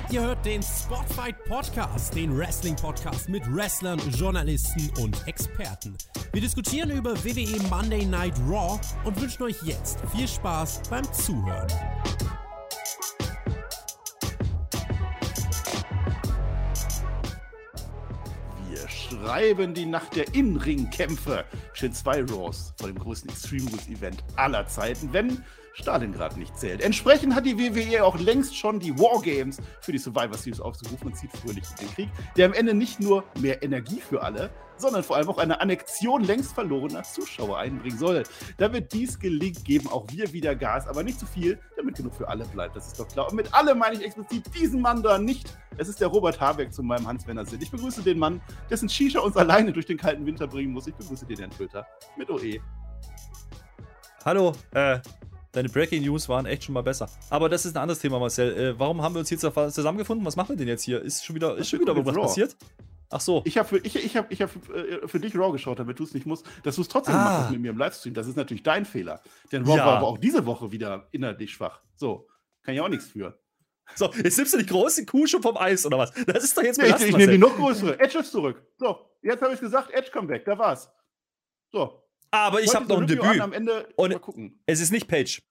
Ihr hört den Spotfight Podcast, den Wrestling-Podcast mit Wrestlern, Journalisten und Experten. Wir diskutieren über WWE Monday Night Raw und wünschen euch jetzt viel Spaß beim Zuhören. Wir schreiben die Nacht der In-Ring-Kämpfe. Stehen 2 Raws vor dem größten Extreme Rules Event aller Zeiten, wenn Stalingrad nicht zählt. Entsprechend hat die WWE auch längst schon die Wargames für die Survivor Series aufgerufen und zieht fröhlich in den Krieg, der am Ende nicht nur mehr Energie für alle, sondern vor allem auch eine Annexion längst verlorener Zuschauer einbringen soll. Damit dies gelingt, geben auch wir wieder Gas, aber nicht zu viel, damit genug für alle bleibt. Das ist doch klar. Und mit alle meine ich explizit diesen Mann da nicht. Es ist der Robert Habeck zu meinem Hans-Werner Sinn. Ich begrüße den Mann, dessen Shisha uns alleine durch den kalten Winter bringen muss. Ich begrüße den Herrn Töter mit OE. Hallo, deine Breaking News waren echt schon mal besser. Aber das ist ein anderes Thema, Marcel. Warum haben wir uns hier zusammengefunden? Was machen wir denn jetzt hier? Ist schon wieder was passiert? Ach so. Ich hab für dich Raw geschaut, damit du es nicht musst, dass du es trotzdem gemacht hast mit mir im Livestream. Das ist natürlich dein Fehler. Denn Raw war aber auch diese Woche wieder inhaltlich schwach. So, kann ich auch nichts für. So, jetzt nimmst du die große Kuh schon vom Eis, oder was? Das ist doch jetzt belastend, Ich nehme die noch größere. Edge ist zurück. So, jetzt habe ich gesagt, Edge come back. Da war's. So. Aber ich habe noch ein Debüt. Am Ende und mal gucken. Es ist nicht Paige.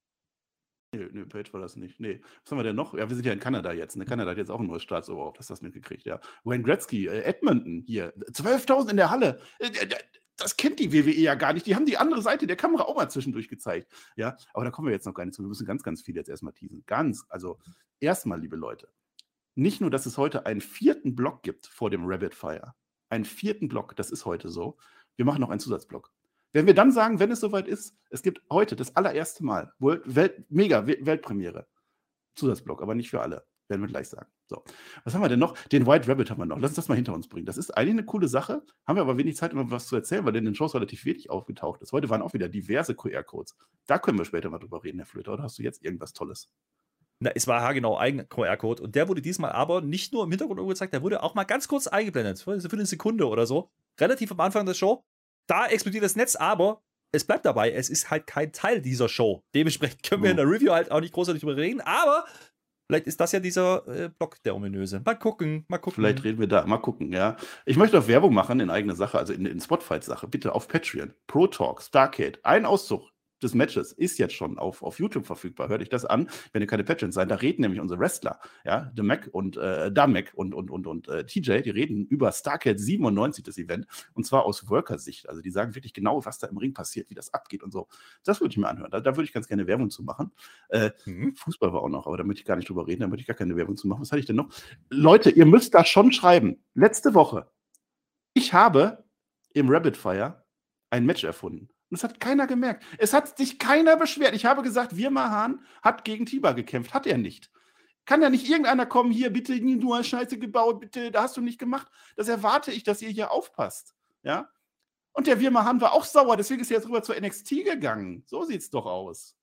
Nee, Paige war das nicht. Nee. Was haben wir denn noch? Ja, wir sind ja in Kanada jetzt. Ne? Kanada hat jetzt auch ein neues Staatsoberhaupt. Hast du das mitgekriegt? Ja. Wayne Gretzky, Edmonton hier. 12.000 in der Halle. Das kennt die WWE ja gar nicht. Die haben die andere Seite der Kamera auch mal zwischendurch gezeigt. Ja, aber da kommen wir jetzt noch gar nicht zu. Wir müssen ganz, ganz viel jetzt erstmal teasen. Also erstmal, liebe Leute, nicht nur, dass es heute einen 4. Block gibt vor dem Rapid Fire. Einen 4. Block, das ist heute so. Wir machen noch einen Zusatzblock. Wenn wir dann sagen, wenn es soweit ist, es gibt heute das allererste Mal, Weltpremiere, Zusatzblock, aber nicht für alle, werden wir gleich sagen. So, was haben wir denn noch? Den White Rabbit haben wir noch. Lass uns das mal hinter uns bringen. Das ist eigentlich eine coole Sache, haben wir aber wenig Zeit, um was zu erzählen, weil in den Shows relativ wenig aufgetaucht ist. Heute waren auch wieder diverse QR-Codes. Da können wir später mal drüber reden, Herr Flöter. Oder hast du jetzt irgendwas Tolles? Na, es war genau ein QR-Code und der wurde diesmal aber nicht nur im Hintergrund irgendwo gezeigt, der wurde auch mal ganz kurz eingeblendet, für eine Sekunde oder so, relativ am Anfang der Show. Da explodiert das Netz, aber es bleibt dabei, es ist halt kein Teil dieser Show. Dementsprechend können wir in der Review halt auch nicht großartig drüber reden, aber vielleicht ist das ja dieser Block, der ominöse. Mal gucken. Vielleicht reden wir da, mal gucken, ja. Ich möchte auch Werbung machen in eigener Sache, also in Spotfight-Sache. Bitte auf Patreon, Pro Talk, Starcade, ein Auszug des Matches ist jetzt schon auf YouTube verfügbar. Hört euch das an, wenn ihr keine Patrons seid. Da reden nämlich unsere Wrestler, ja, The Mac und Damek und TJ, die reden über Starcade 97, das Event, und zwar aus Worker-Sicht. Also die sagen wirklich genau, was da im Ring passiert, wie das abgeht und so. Das würde ich mir anhören. Da würde ich ganz gerne Werbung zu machen. Fußball war auch noch, aber da möchte ich gar nicht drüber reden, da möchte ich gar keine Werbung zu machen. Was hatte ich denn noch? Leute, ihr müsst das schon schreiben. Letzte Woche, ich habe im Rapid Fire ein Match erfunden. Und das hat keiner gemerkt. Es hat sich keiner beschwert. Ich habe gesagt, Virmahan hat gegen Tiba gekämpft. Hat er nicht. Kann ja nicht irgendeiner kommen, hier, bitte, du hast Scheiße gebaut, bitte, da hast du nicht gemacht. Das erwarte ich, dass ihr hier aufpasst. Ja? Und der Virmahan war auch sauer, deswegen ist er jetzt rüber zur NXT gegangen. So sieht's doch aus.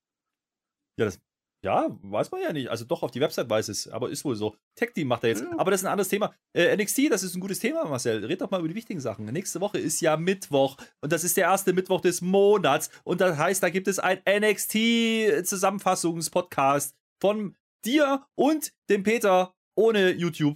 Ja, weiß man ja nicht. Also doch, auf die Website weiß es, aber ist wohl so. Tech Team macht er jetzt. Ja. Aber das ist ein anderes Thema. NXT, das ist ein gutes Thema, Marcel. Red doch mal über die wichtigen Sachen. Nächste Woche ist ja Mittwoch und das ist der erste Mittwoch des Monats. Und das heißt, da gibt es ein NXT-Zusammenfassungs-Podcast von dir und dem Peter ohne YouTube.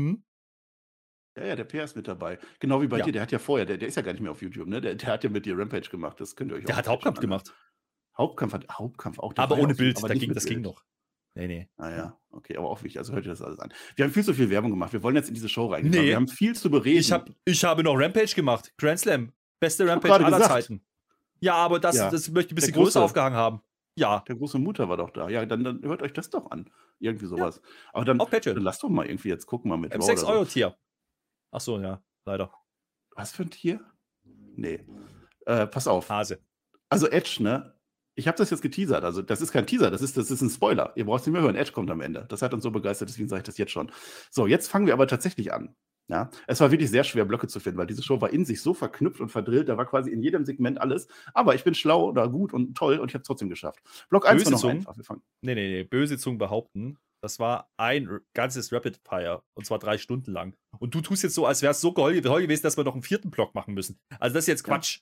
Ja, der Peer ist mit dabei. Genau wie bei dir. Der hat ja vorher, der ist ja gar nicht mehr auf YouTube, ne? Der hat ja mit dir Rampage gemacht. Das könnt ihr euch auch. Der hat Hauptkampf gemacht. Hauptkampf auch. Aber ohne Bild, das ging noch. Nee. Ja, okay, aber auch wichtig. Also hört ihr das alles an. Wir haben viel zu viel Werbung gemacht. Wir wollen jetzt in diese Show reingehen. Wir haben viel zu bereden. Ich habe noch Rampage gemacht. Grand Slam. Beste Rampage aller Zeiten. Ja, aber das möchte ich ein bisschen größer aufgehangen haben. Ja. Der große Mutter war doch da. Ja, dann hört euch das doch an. Irgendwie sowas. Ja. Aber dann lasst doch mal irgendwie jetzt gucken mal mit Raw 6-Euro-Tier. Ach so, ja, leider. Was für ein Tier? Nee. Pass auf. Hase. Also Edge, ne? Ich habe das jetzt geteasert, also das ist kein Teaser, das ist ein Spoiler. Ihr braucht es nicht mehr hören, Edge kommt am Ende. Das hat uns so begeistert, deswegen sage ich das jetzt schon. So, jetzt fangen wir aber tatsächlich an. Ja? Es war wirklich sehr schwer, Blöcke zu finden, weil diese Show war in sich so verknüpft und verdrillt, da war quasi in jedem Segment alles. Aber ich bin schlau oder gut und toll und ich habe es trotzdem geschafft. Block 1 war noch einfach. Wir fangen. Nee, böse Zungen behaupten, das war ein ganzes Rapid Fire und zwar 3 Stunden lang. Und du tust jetzt so, als wäre es so toll gewesen, dass wir noch einen 4. Block machen müssen. Also das ist jetzt Quatsch.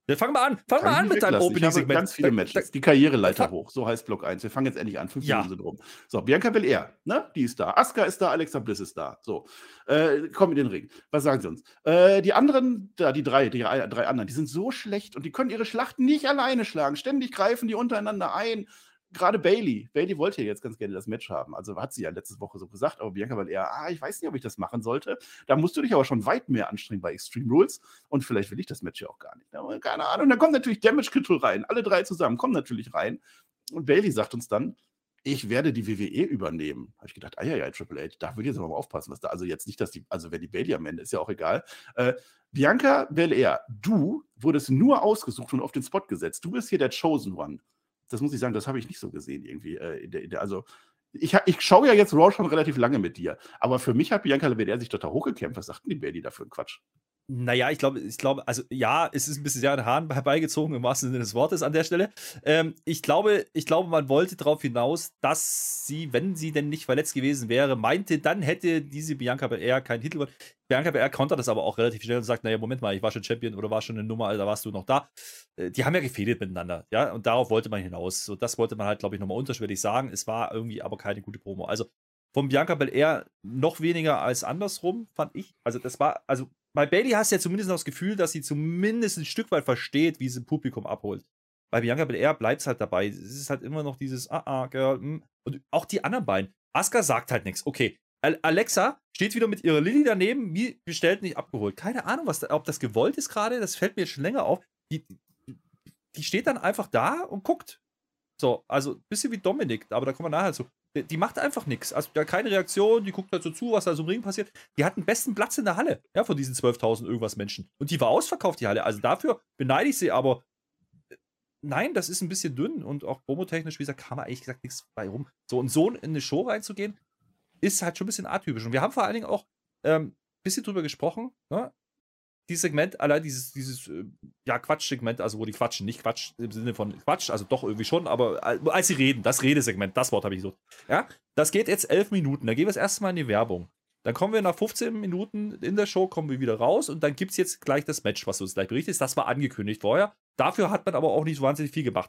Ja, fang mal an mit deinem Opening-Segment. Ganz viele Matches. Die Karriereleiter hoch. So heißt Block 1. Wir fangen jetzt endlich an. 5 Minuten sind rum. So, Bianca Belair, ne? Die ist da. Asuka ist da. Alexa Bliss ist da. So. Kommen in den Ring. Was sagen sie uns? Die anderen, die drei anderen, die sind so schlecht und die können ihre Schlachten nicht alleine schlagen. Ständig greifen die untereinander ein. Gerade Bayley wollte ja jetzt ganz gerne das Match haben. Also hat sie ja letzte Woche so gesagt, aber Bianca Belair, ich weiß nicht, ob ich das machen sollte. Da musst du dich aber schon weit mehr anstrengen bei Extreme Rules und vielleicht will ich das Match ja auch gar nicht. Aber keine Ahnung. Und dann kommt natürlich Damage Control rein. Alle drei zusammen kommen natürlich rein. Und Bayley sagt uns dann, ich werde die WWE übernehmen. Habe ich gedacht, ja, Triple H, da würde ich jetzt aber mal aufpassen, was da, also jetzt nicht, wenn die Bayley am Ende ist ja auch egal. Bianca Belair, du wurdest nur ausgesucht und auf den Spot gesetzt. Du bist hier der Chosen One. Das muss ich sagen, das habe ich nicht so gesehen irgendwie. Also ich schaue ja jetzt Raw schon relativ lange mit dir, aber für mich hat Bianca Belair sich total hochgekämpft. Was sagt denn die Bayley da für einen Quatsch? Naja, ich glaube, also ja, es ist ein bisschen sehr an den Haaren herbeigezogen, im wahrsten Sinne des Wortes an der Stelle. Ich glaube, man wollte darauf hinaus, dass sie, wenn sie denn nicht verletzt gewesen wäre, meinte, dann hätte diese Bianca Belair keinen Titel gewonnen. Bianca Belair kontert das aber auch relativ schnell und sagt, naja, Moment mal, ich war schon Champion oder war schon eine Nummer, da warst du noch da. Die haben ja gefädelt miteinander, ja, und darauf wollte man hinaus. So, das wollte man halt, glaube ich, nochmal unterschwellig sagen. Es war irgendwie aber keine gute Promo. Also von Bianca Belair noch weniger als andersrum, fand ich. Also das war, also bei Bayley hast du ja zumindest noch das Gefühl, dass sie zumindest ein Stück weit versteht, wie sie ein Publikum abholt. Bei Bianca Belair bleibt es halt dabei. Es ist halt immer noch dieses Girl. Und auch die anderen beiden. Asuka sagt halt nichts. Okay, Alexa steht wieder mit ihrer Lilly daneben, wie bestellt, nicht abgeholt. Keine Ahnung, ob das gewollt ist gerade. Das fällt mir jetzt schon länger auf. Die steht dann einfach da und guckt. So, also ein bisschen wie Dominik, aber da kommen wir nachher zu. Die macht einfach nichts. Also ja, keine Reaktion, die guckt halt so zu, was da so im Ring passiert. Die hat den besten Platz in der Halle, ja, von diesen 12.000 irgendwas Menschen. Und die war ausverkauft, die Halle. Also dafür beneide ich sie, aber nein, das ist ein bisschen dünn und auch promotechnisch, wie gesagt, kam da ehrlich gesagt nichts bei rum. So, und so in eine Show reinzugehen, ist halt schon ein bisschen atypisch. Und wir haben vor allen Dingen auch ein bisschen drüber gesprochen, ne? Dieses Segment, allein dieses Quatsch-Segment, also wo die quatschen, nicht Quatsch im Sinne von Quatsch, also doch irgendwie schon, aber als sie reden, das Redesegment, das Wort habe ich so. Ja, das geht jetzt 11 Minuten, dann gehen wir das erste Mal in die Werbung. Dann kommen wir nach 15 Minuten in der Show, kommen wir wieder raus und dann gibt es jetzt gleich das Match, was du uns gleich berichtest. Das war angekündigt vorher. Dafür hat man aber auch nicht so wahnsinnig viel gemacht.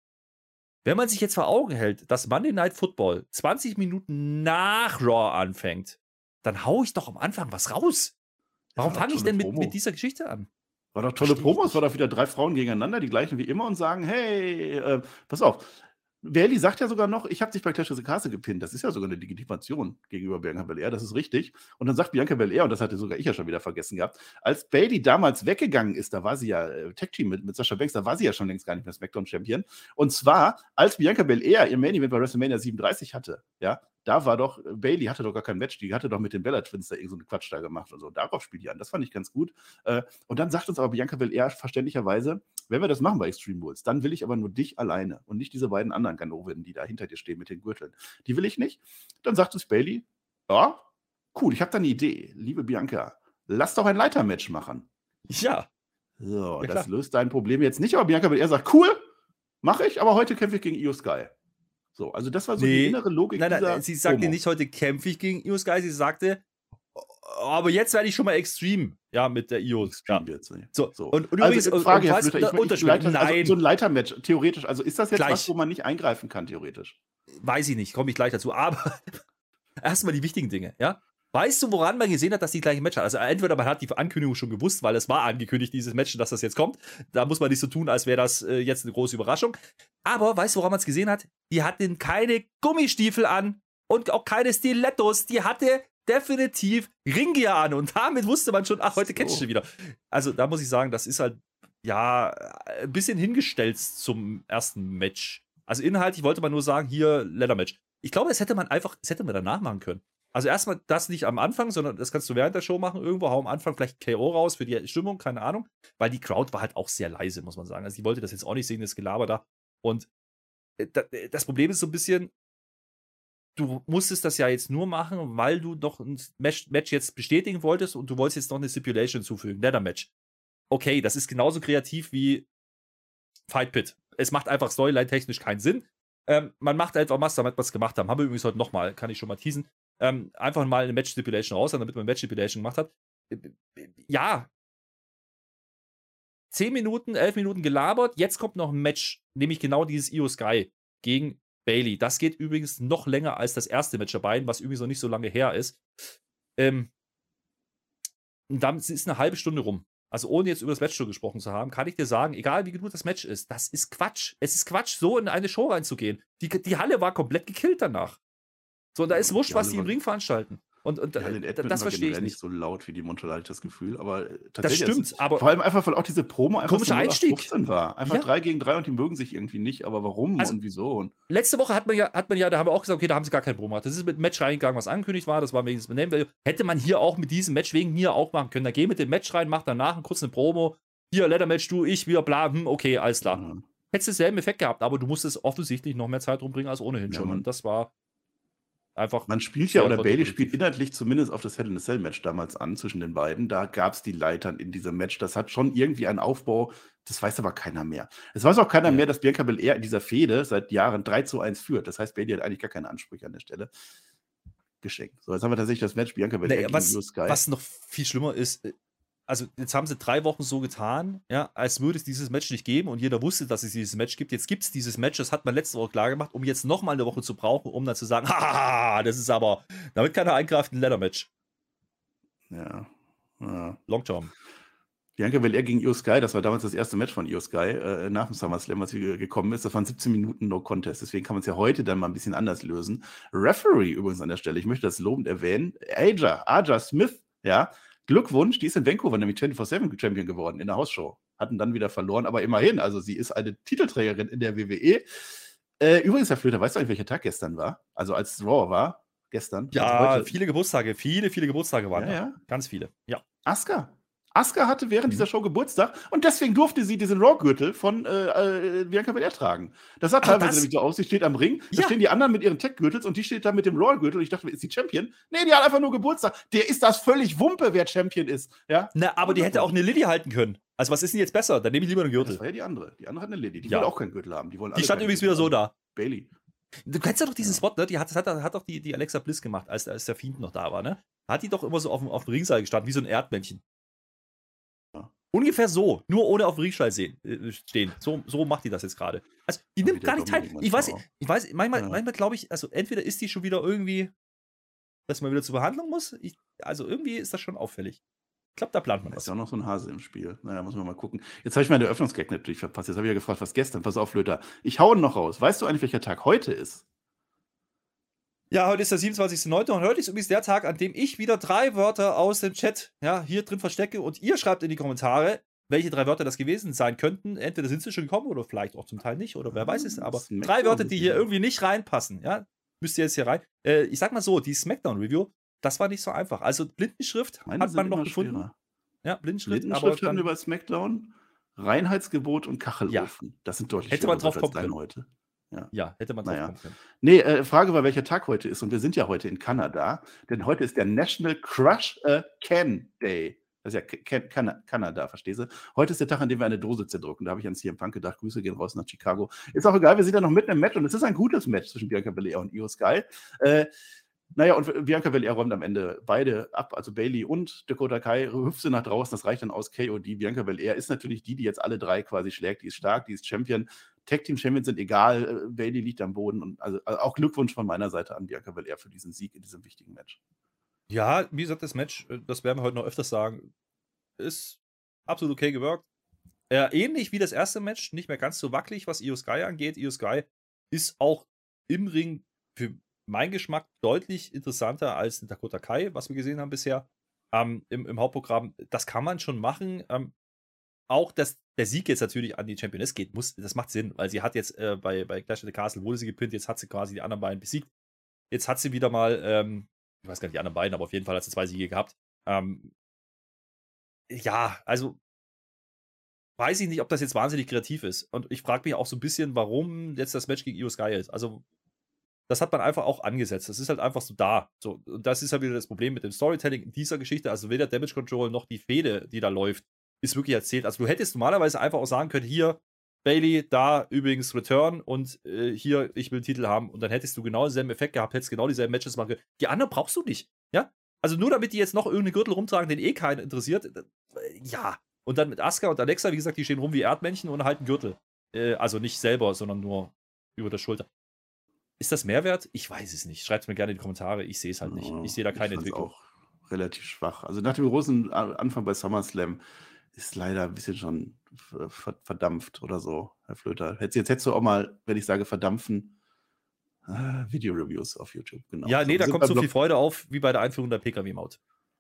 Wenn man sich jetzt vor Augen hält, dass Monday Night Football 20 Minuten nach Raw anfängt, dann hau ich doch am Anfang was raus. Warum fange ich denn mit dieser Geschichte an? War doch tolle Promo. Es war doch wieder 3 Frauen gegeneinander, die gleichen wie immer und sagen, hey, pass auf. Bayley sagt ja sogar noch, ich habe dich bei Clash of the Castle gepinnt. Das ist ja sogar eine Legitimation gegenüber Bianca Belair, das ist richtig. Und dann sagt Bianca Belair, und das hatte sogar ich ja schon wieder vergessen gehabt, als Bayley damals weggegangen ist, da war sie ja Tag-Team mit Sasha Banks, da war sie ja schon längst gar nicht mehr SmackDown-Champion. Und zwar, als Bianca Belair ihr Main-Event bei WrestleMania 37 hatte, ja, da war doch, Bayley hatte doch gar kein Match, die hatte doch mit den Bella Twins da irgend so einen Quatsch da gemacht und so. Darauf spielt die an. Das fand ich ganz gut. Und dann sagt uns aber Bianca Belair verständlicherweise, wenn wir das machen bei Extreme Rules, dann will ich aber nur dich alleine und nicht diese beiden anderen Ganoven, die da hinter dir stehen mit den Gürteln. Die will ich nicht. Dann sagt uns Bayley, ja, cool, ich habe da eine Idee. Liebe Bianca, lass doch ein Leitermatch machen. Ja. So, ja, das löst dein Problem jetzt nicht, aber Bianca Belair sagt, cool, mache ich, aber heute kämpfe ich gegen Io Sky. So, also das war so die innere Logik. Nein, sie sagte nicht, heute kämpfe ich gegen Io Sky, sie sagte, aber jetzt werde ich schon mal extrem, ja, mit der Io. Ja. So. Und übrigens, also Frage, Herr Flöter, nein. Also so ein Leitermatch, theoretisch, also ist das jetzt was, wo man nicht eingreifen kann, theoretisch? Weiß ich nicht, komme ich gleich dazu, aber erstmal die wichtigen Dinge, ja. Weißt du, woran man gesehen hat, dass die gleiche Match hat? Also entweder man hat die Ankündigung schon gewusst, weil es war angekündigt, dieses Match, dass das jetzt kommt. Da muss man nicht so tun, als wäre das jetzt eine große Überraschung. Aber weißt du, woran man es gesehen hat? Die hatten keine Gummistiefel an und auch keine Stilettos. Die hatte definitiv Ringgear an und damit wusste man schon, ach, heute catcht du wieder. Also da muss ich sagen, das ist halt, ja, ein bisschen hingestellt zum ersten Match. Also inhaltlich wollte man nur sagen, hier, Leather-Match. Ich glaube, das hätte man danach machen können. Also erstmal das nicht am Anfang, sondern das kannst du während der Show machen. Irgendwo hau am Anfang vielleicht KO raus für die Stimmung, keine Ahnung. Weil die Crowd war halt auch sehr leise, muss man sagen. Also die wollte das jetzt auch nicht sehen, das Gelaber da. Und das Problem ist so ein bisschen, du musstest das ja jetzt nur machen, weil du noch ein Match jetzt bestätigen wolltest und du wolltest jetzt noch eine Stipulation hinzufügen, Leather-Match. Okay, das ist genauso kreativ wie Fight Pit. Es macht einfach storyline-technisch keinen Sinn. Man macht einfach was, damit wir es gemacht haben. Haben wir übrigens heute nochmal, kann ich schon mal teasen. Einfach mal eine Match-Stipulation raus, damit man eine Match-Stipulation gemacht hat. Ja. 10 Minuten, 11 Minuten gelabert, jetzt kommt noch ein Match, nämlich genau dieses Io Sky gegen Bailey. Das geht übrigens noch länger als das erste Match der beiden, was übrigens noch nicht so lange her ist. Und damit ist eine halbe Stunde rum. Also ohne jetzt über das Match schon gesprochen zu haben, kann ich dir sagen, egal wie gut das Match ist, das ist Quatsch. Es ist Quatsch, so in eine Show reinzugehen. Die Halle war komplett gekillt danach. So, und da ist wurscht, was die im Ring veranstalten. Und das verstehe ich nicht so laut wie die Montreal, habe ich das Gefühl, aber das stimmt, aber vor allem einfach, weil auch diese Promo einfach komischer Einstieg war. Einfach 3 gegen 3 und die mögen sich irgendwie nicht, aber warum und wieso? Und letzte Woche hat man ja, da haben wir auch gesagt, okay, da haben sie gar kein Promo gemacht. Das ist mit dem Match reingegangen, was angekündigt war, das war wegen des Benennen. Hätte man hier auch mit diesem Match wegen mir auch machen können. Da geh mit dem Match rein, mach danach einen kurzen Promo. Hier, Leather-Match, du, ich, wir, bla, okay, alles klar. Hättest denselben Effekt gehabt, aber du musstest offensichtlich noch mehr Zeit rumbringen als ohnehin schon. Und das war einfach. Man spielt ja, oder Bailey spielt inhaltlich zumindest auf das Hell in a Cell Match damals an zwischen den beiden. Da gab es die Leitern in diesem Match. Das hat schon irgendwie einen Aufbau. Das weiß aber keiner mehr. Es weiß auch keiner mehr, dass Bianca Belair in dieser Fehde seit Jahren 3:1 führt. Das heißt, Bailey hat eigentlich gar keine Ansprüche an der Stelle. Geschenkt. So, jetzt haben wir tatsächlich das Match Bianca Belair gegen Io Sky. Was noch viel schlimmer ist, also jetzt haben sie 3 Wochen so getan, ja, als würde es dieses Match nicht geben und jeder wusste, dass es dieses Match gibt. Jetzt gibt es dieses Match, das hat man letzte Woche klar gemacht, um jetzt nochmal eine Woche zu brauchen, um dann zu sagen, haha, das ist aber, damit kann er eingreifen, ein Leather-Match. Ja. Long Term. Bianca Belair gegen Io Sky, das war damals das erste Match von Io Sky nach dem SummerSlam, was hier gekommen ist. Das waren 17 Minuten No Contest, deswegen kann man es ja heute dann mal ein bisschen anders lösen. Referee übrigens an der Stelle, ich möchte das lobend erwähnen, Aja Smith, ja, Glückwunsch, die ist in Vancouver nämlich 24/7 Champion geworden in der Hausshow. Hatten dann wieder verloren, aber immerhin, also sie ist eine Titelträgerin in der WWE. Übrigens, Herr Flöter, weißt du eigentlich, welcher Tag gestern war? Also als Raw war, gestern? Ja, also heute. viele Geburtstage, viele Geburtstage waren da. Ja. Ganz viele, ja. Asuka hatte während dieser Show Geburtstag und deswegen durfte sie diesen Raw-Gürtel von Bianca Belair tragen. Das sah teilweise nämlich so aus, sie steht am Ring, da stehen die anderen mit ihren Tech-Gürtels und die steht da mit dem Raw-Gürtel und ich dachte, ist die Champion? Nee, die hat einfach nur Geburtstag. Der ist das völlig Wumpe, wer Champion ist. Ja? Na, aber die hätte auch eine Lilly halten können. Also was ist denn jetzt besser? Dann nehme ich lieber einen Gürtel. Das war ja die andere. Die andere hat eine Lilly. Die will auch keinen Gürtel haben. Die stand übrigens wieder so da. Bailey. Du kennst ja doch diesen Spot, ne? Hat doch die Alexa Bliss gemacht, als der Fiend noch da war, ne? Hat die doch immer so auf dem Ringseil gestanden, wie so ein Erdmännchen. Ungefähr so, nur ohne auf dem Ringseil stehen. So macht die das jetzt gerade. Also, die nimmt gar nicht teil. Ich weiß, manchmal glaube ich, also entweder ist die schon wieder irgendwie, dass man wieder zur Behandlung muss. Also irgendwie ist das schon auffällig. Ich glaube, da plant man was. Ist ja auch noch so ein Hase im Spiel. Naja, muss man mal gucken. Jetzt habe ich meine Eröffnungsgag natürlich verpasst. Jetzt habe ich ja gefragt, was gestern. Pass auf, Flöter. Ich hau ihn noch raus. Weißt du eigentlich, welcher Tag heute ist? Ja, heute ist der 27.09. und heute ist übrigens der Tag, an dem ich wieder 3 Wörter aus dem Chat hier drin verstecke und ihr schreibt in die Kommentare, welche 3 Wörter das gewesen sein könnten. Entweder sind sie schon gekommen oder vielleicht auch zum Teil nicht oder wer weiß es, aber 3 Wörter, die hier irgendwie nicht reinpassen, ja, müsst ihr jetzt hier rein. Ich sag mal so, die Smackdown-Review, das war nicht so einfach. Also Blindenschrift hat man noch gefunden. Schwerer. Ja, Blindenschrift hatten wir bei Smackdown, Reinheitsgebot und Kachelofen. Ja. Das sind deutlich hätte man drauf kommen können heute. Ja, hätte man drauf kommen können. Nee, Frage war, welcher Tag heute ist. Und wir sind ja heute in Kanada, denn heute ist der National Crush a Can Day. Das ist ja Kanada, verstehst du? Heute ist der Tag, an dem wir eine Dose zerdrücken. Da habe ich an CM Punk gedacht, Grüße gehen raus nach Chicago. Ist auch egal, wir sind ja noch mitten im Match und es ist ein gutes Match zwischen Bianca Belair und Io Sky. Naja, und Bianca Belair räumt am Ende beide ab, also Bailey und Dakota Kai, hüpft sie nach draußen, das reicht dann aus KOD. Bianca Belair ist natürlich die jetzt alle 3 quasi schlägt, die ist stark, die ist Champion. Tag-Team-Champions sind egal, Bailey liegt am Boden und also auch Glückwunsch von meiner Seite an Bianca Belair für diesen Sieg in diesem wichtigen Match. Ja, wie gesagt, das Match, das werden wir heute noch öfters sagen, ist absolut okay gewirkt. Ähnlich wie das erste Match, nicht mehr ganz so wackelig, was Io Sky angeht. Io Sky ist auch im Ring für meinen Geschmack deutlich interessanter als Dakota Kai, was wir gesehen haben bisher im Hauptprogramm. Das kann man schon machen. Auch, dass der Sieg jetzt natürlich an die Championess geht, das macht Sinn, weil sie hat jetzt bei Clash of the Castle wurde sie gepinnt, jetzt hat sie quasi die anderen beiden besiegt. Jetzt hat sie wieder mal, ich weiß gar nicht die anderen beiden, aber auf jeden Fall hat sie 2 Siege gehabt. Ja, also weiß ich nicht, ob das jetzt wahnsinnig kreativ ist. Und ich frage mich auch so ein bisschen, warum jetzt das Match gegen Io Sky ist. Also das hat man einfach auch angesetzt. Das ist halt einfach so da. So, und das ist halt wieder das Problem mit dem Storytelling in dieser Geschichte. Also weder Damage Control noch die Fehde, die da läuft, ist wirklich erzählt. Also du hättest normalerweise einfach auch sagen können, hier, Bailey, da übrigens Return und hier, ich will einen Titel haben. Und dann hättest du genau denselben Effekt gehabt, hättest genau dieselben Matches machen können. Die anderen brauchst du nicht. Ja? Also nur damit die jetzt noch irgendeinen Gürtel rumtragen, den eh keinen interessiert. Ja, Und dann mit Asuka und Alexa, wie gesagt, die stehen rum wie Erdmännchen und halten Gürtel. Also nicht selber, sondern nur über der Schulter. Ist das Mehrwert? Ich weiß es nicht. Schreibt es mir gerne in die Kommentare. Ich sehe es halt nicht. Ich sehe da keine Entwicklung. Auch relativ schwach. Also nach dem großen Anfang bei SummerSlam ist leider ein bisschen schon verdampft oder so, Herr Flöter. Jetzt hättest du auch mal, wenn ich sage verdampfen, Video-Reviews auf YouTube. Genau. Ja, nee, so, da kommt so viel Freude auf wie bei der Einführung der PKW-Maut.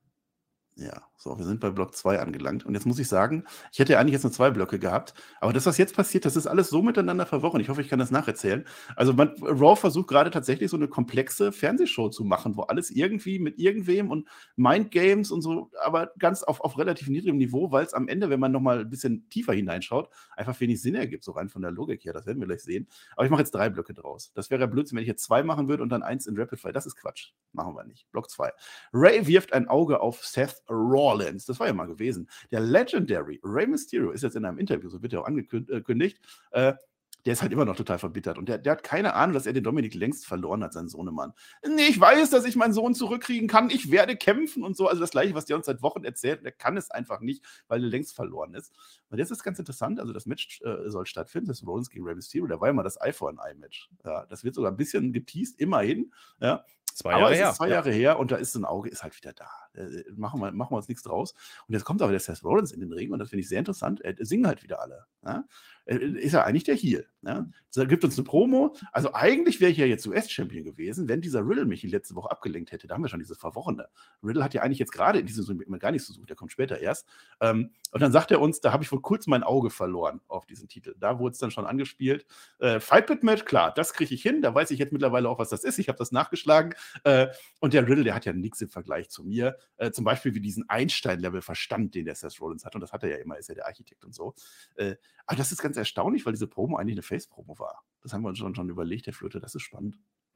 Ja, so, wir sind bei Block 2 angelangt. Und jetzt muss ich sagen, ich hätte ja eigentlich jetzt nur 2 Blöcke gehabt, aber das, was jetzt passiert, das ist alles so miteinander verworren. Ich hoffe, ich kann das nacherzählen. Also Raw versucht gerade tatsächlich so eine komplexe Fernsehshow zu machen, wo alles irgendwie mit irgendwem und Mindgames und so, aber ganz auf relativ niedrigem Niveau, weil es am Ende, wenn man nochmal ein bisschen tiefer hineinschaut, einfach wenig Sinn ergibt, so rein von der Logik her. Das werden wir gleich sehen. Aber ich mache jetzt 3 Blöcke draus. Das wäre Blödsinn, wenn ich jetzt 2 machen würde und dann 1 in Rapid Fire. Das ist Quatsch. Machen wir nicht. Block 2. Ray wirft ein Auge auf Seth Rollins. Das war ja mal gewesen. Der Legendary Rey Mysterio ist jetzt in einem Interview, so wird ja auch angekündigt, der ist halt immer noch total verbittert. Und der hat keine Ahnung, dass er den Dominik längst verloren hat, seinen Sohnemann. Nee, ich weiß, dass ich meinen Sohn zurückkriegen kann. Ich werde kämpfen und so. Also das Gleiche, was der uns seit Wochen erzählt. Und er kann es einfach nicht, weil er längst verloren ist. Und jetzt ist ganz interessant. Also das Match soll stattfinden. Das ist Rollins gegen Rey Mysterio. Da war ja mal das Eye for an Eye Match. Ja, das wird sogar ein bisschen geteased, immerhin. Ja. 2 Jahre her. Ist 2 Jahre her und da ist so ein Auge, ist halt wieder da. Machen wir uns nichts draus. Und jetzt kommt aber der Seth Rollins in den Ring und das finde ich sehr interessant. Singen halt wieder alle. Ja? Ist ja eigentlich der Heel. Ja? Da gibt uns eine Promo. Also eigentlich wäre ich ja jetzt US-Champion gewesen, wenn dieser Riddle mich die letzte Woche abgelenkt hätte. Da haben wir schon dieses Verworrene. Riddle hat ja eigentlich jetzt gerade in diesem Zoom immer gar nichts zu suchen. Der kommt später erst. Und dann sagt er uns, da habe ich wohl kurz mein Auge verloren auf diesen Titel. Da wurde es dann schon angespielt. Fight Pit Match, klar, das kriege ich hin. Da weiß ich jetzt mittlerweile auch, was das ist. Ich habe das nachgeschlagen. Und der Riddle, der hat ja nichts im Vergleich zu mir. Zum Beispiel wie diesen Einstein-Level-Verstand, den der Seth Rollins hat. Und das hat er ja immer, ist ja der Architekt und so. Aber das ist ganz erstaunlich, weil diese Promo eigentlich eine Face-Promo war. Das haben wir uns schon überlegt, Herr Flöte. Das ist spannend.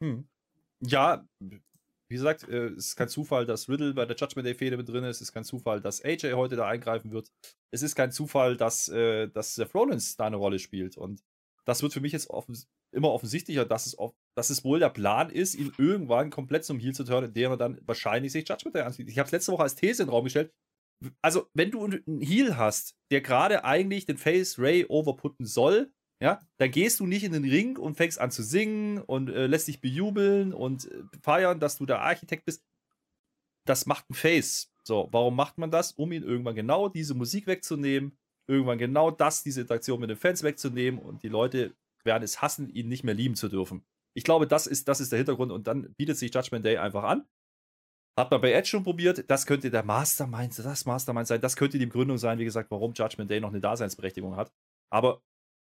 Ja, wie gesagt, es ist kein Zufall, dass Riddle bei der Judgment Day-Fehde mit drin ist. Es ist kein Zufall, dass AJ heute da eingreifen wird. Es ist kein Zufall, dass Seth Rollins da eine Rolle spielt. Und das wird für mich jetzt immer offensichtlicher, dass es wohl der Plan ist, ihn irgendwann komplett zum Heel zu turnen, indem er dann wahrscheinlich sich Judgment Day anzieht. Ich habe es letzte Woche als These in den Raum gestellt. Also, wenn du einen Heel hast, der gerade eigentlich den Face Ray overputten soll, ja, dann gehst du nicht in den Ring und fängst an zu singen und lässt dich bejubeln und feiern, dass du der Architekt bist. Das macht ein Face. So, warum macht man das? Um ihn irgendwann genau diese Musik wegzunehmen, irgendwann genau diese Interaktion mit den Fans wegzunehmen und die Leute werden es hassen, ihn nicht mehr lieben zu dürfen. Ich glaube, das ist der Hintergrund und dann bietet sich Judgment Day einfach an. Hat man bei Edge schon probiert, das könnte der Mastermind sein, das könnte die Begründung sein, wie gesagt, warum Judgment Day noch eine Daseinsberechtigung hat. Aber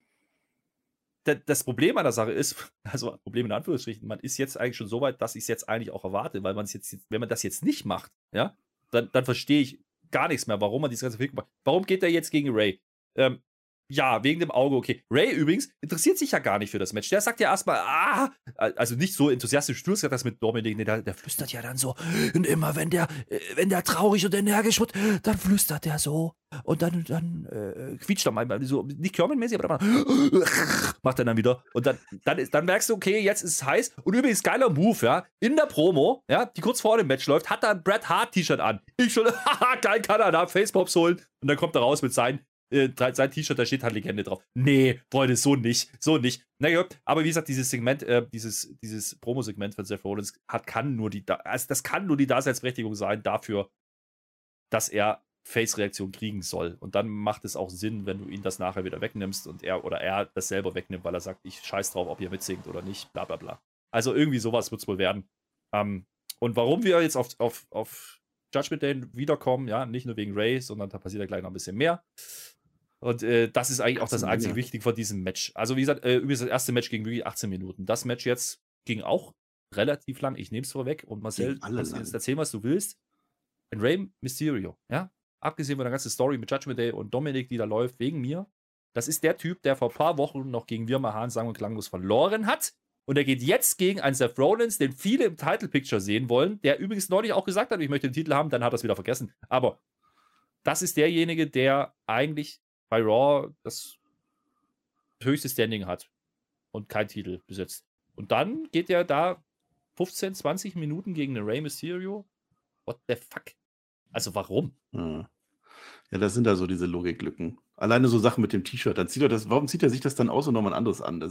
das Problem an der Sache ist, also Problem in Anführungsstrichen, man ist jetzt eigentlich schon so weit, dass ich es jetzt eigentlich auch erwarte, weil wenn man das jetzt nicht macht, ja, dann verstehe ich gar nichts mehr, warum man diese ganze Entwicklung macht. Warum geht er jetzt gegen Ray? Ja, wegen dem Auge, okay. Ray übrigens interessiert sich ja gar nicht für das Match. Der sagt ja erstmal, also nicht so enthusiastisch, du hast gesagt, das mit Dominik, der flüstert ja dann so. Und immer, wenn der traurig und energisch wird, dann flüstert der so. Und dann quietscht er mal so, nicht Kermit-mäßig, aber dann macht er dann wieder. Und dann merkst du, okay, jetzt ist es heiß. Und übrigens, geiler Move, ja, in der Promo, ja, die kurz vor dem Match läuft, hat er ein Bret Hart-T-Shirt an. Ich schon, haha, geil, kann er da Facepops holen. Und dann kommt er raus mit sein T-Shirt, da steht halt Legende drauf. Nee, Freunde, so nicht. Naja, aber wie gesagt, dieses Segment, dieses Promo-Segment von Seth Rollins kann nur die Daseinsberechtigung sein dafür, dass er Face-Reaktion kriegen soll. Und dann macht es auch Sinn, wenn du ihn das nachher wieder wegnimmst und er das selber wegnimmt, weil er sagt, ich scheiß drauf, ob ihr mitsingt oder nicht, bla bla bla. Also irgendwie sowas wird es wohl werden. Und warum wir jetzt auf Judgment Day wiederkommen, ja, nicht nur wegen Ray, sondern da passiert ja gleich noch ein bisschen mehr. Und das ist eigentlich auch das einzige Wichtige von diesem Match. Also wie gesagt, übrigens das erste Match ging wirklich 18 Minuten. Das Match jetzt ging auch relativ lang. Ich nehme es vorweg. Und Marcel, jetzt erzähl, was du willst. Ein Rey Mysterio, ja, abgesehen von der ganzen Story mit Judgment Day und Dominik, die da läuft, wegen mir, das ist der Typ, der vor ein paar Wochen noch gegen Virma Hahn sang- und klanglos verloren hat. Und er geht jetzt gegen einen Seth Rollins, den viele im Title Picture sehen wollen, der übrigens neulich auch gesagt hat, ich möchte den Titel haben, dann hat er es wieder vergessen. Aber das ist derjenige, der eigentlich bei Raw das höchste Standing hat und keinen Titel besitzt. Und dann geht er da 15, 20 Minuten gegen den Rey Mysterio. What the fuck? Also warum? Ja, das sind da so diese Logiklücken. Alleine so Sachen mit dem T-Shirt, dann warum zieht er sich das dann aus und nochmal ein anderes an?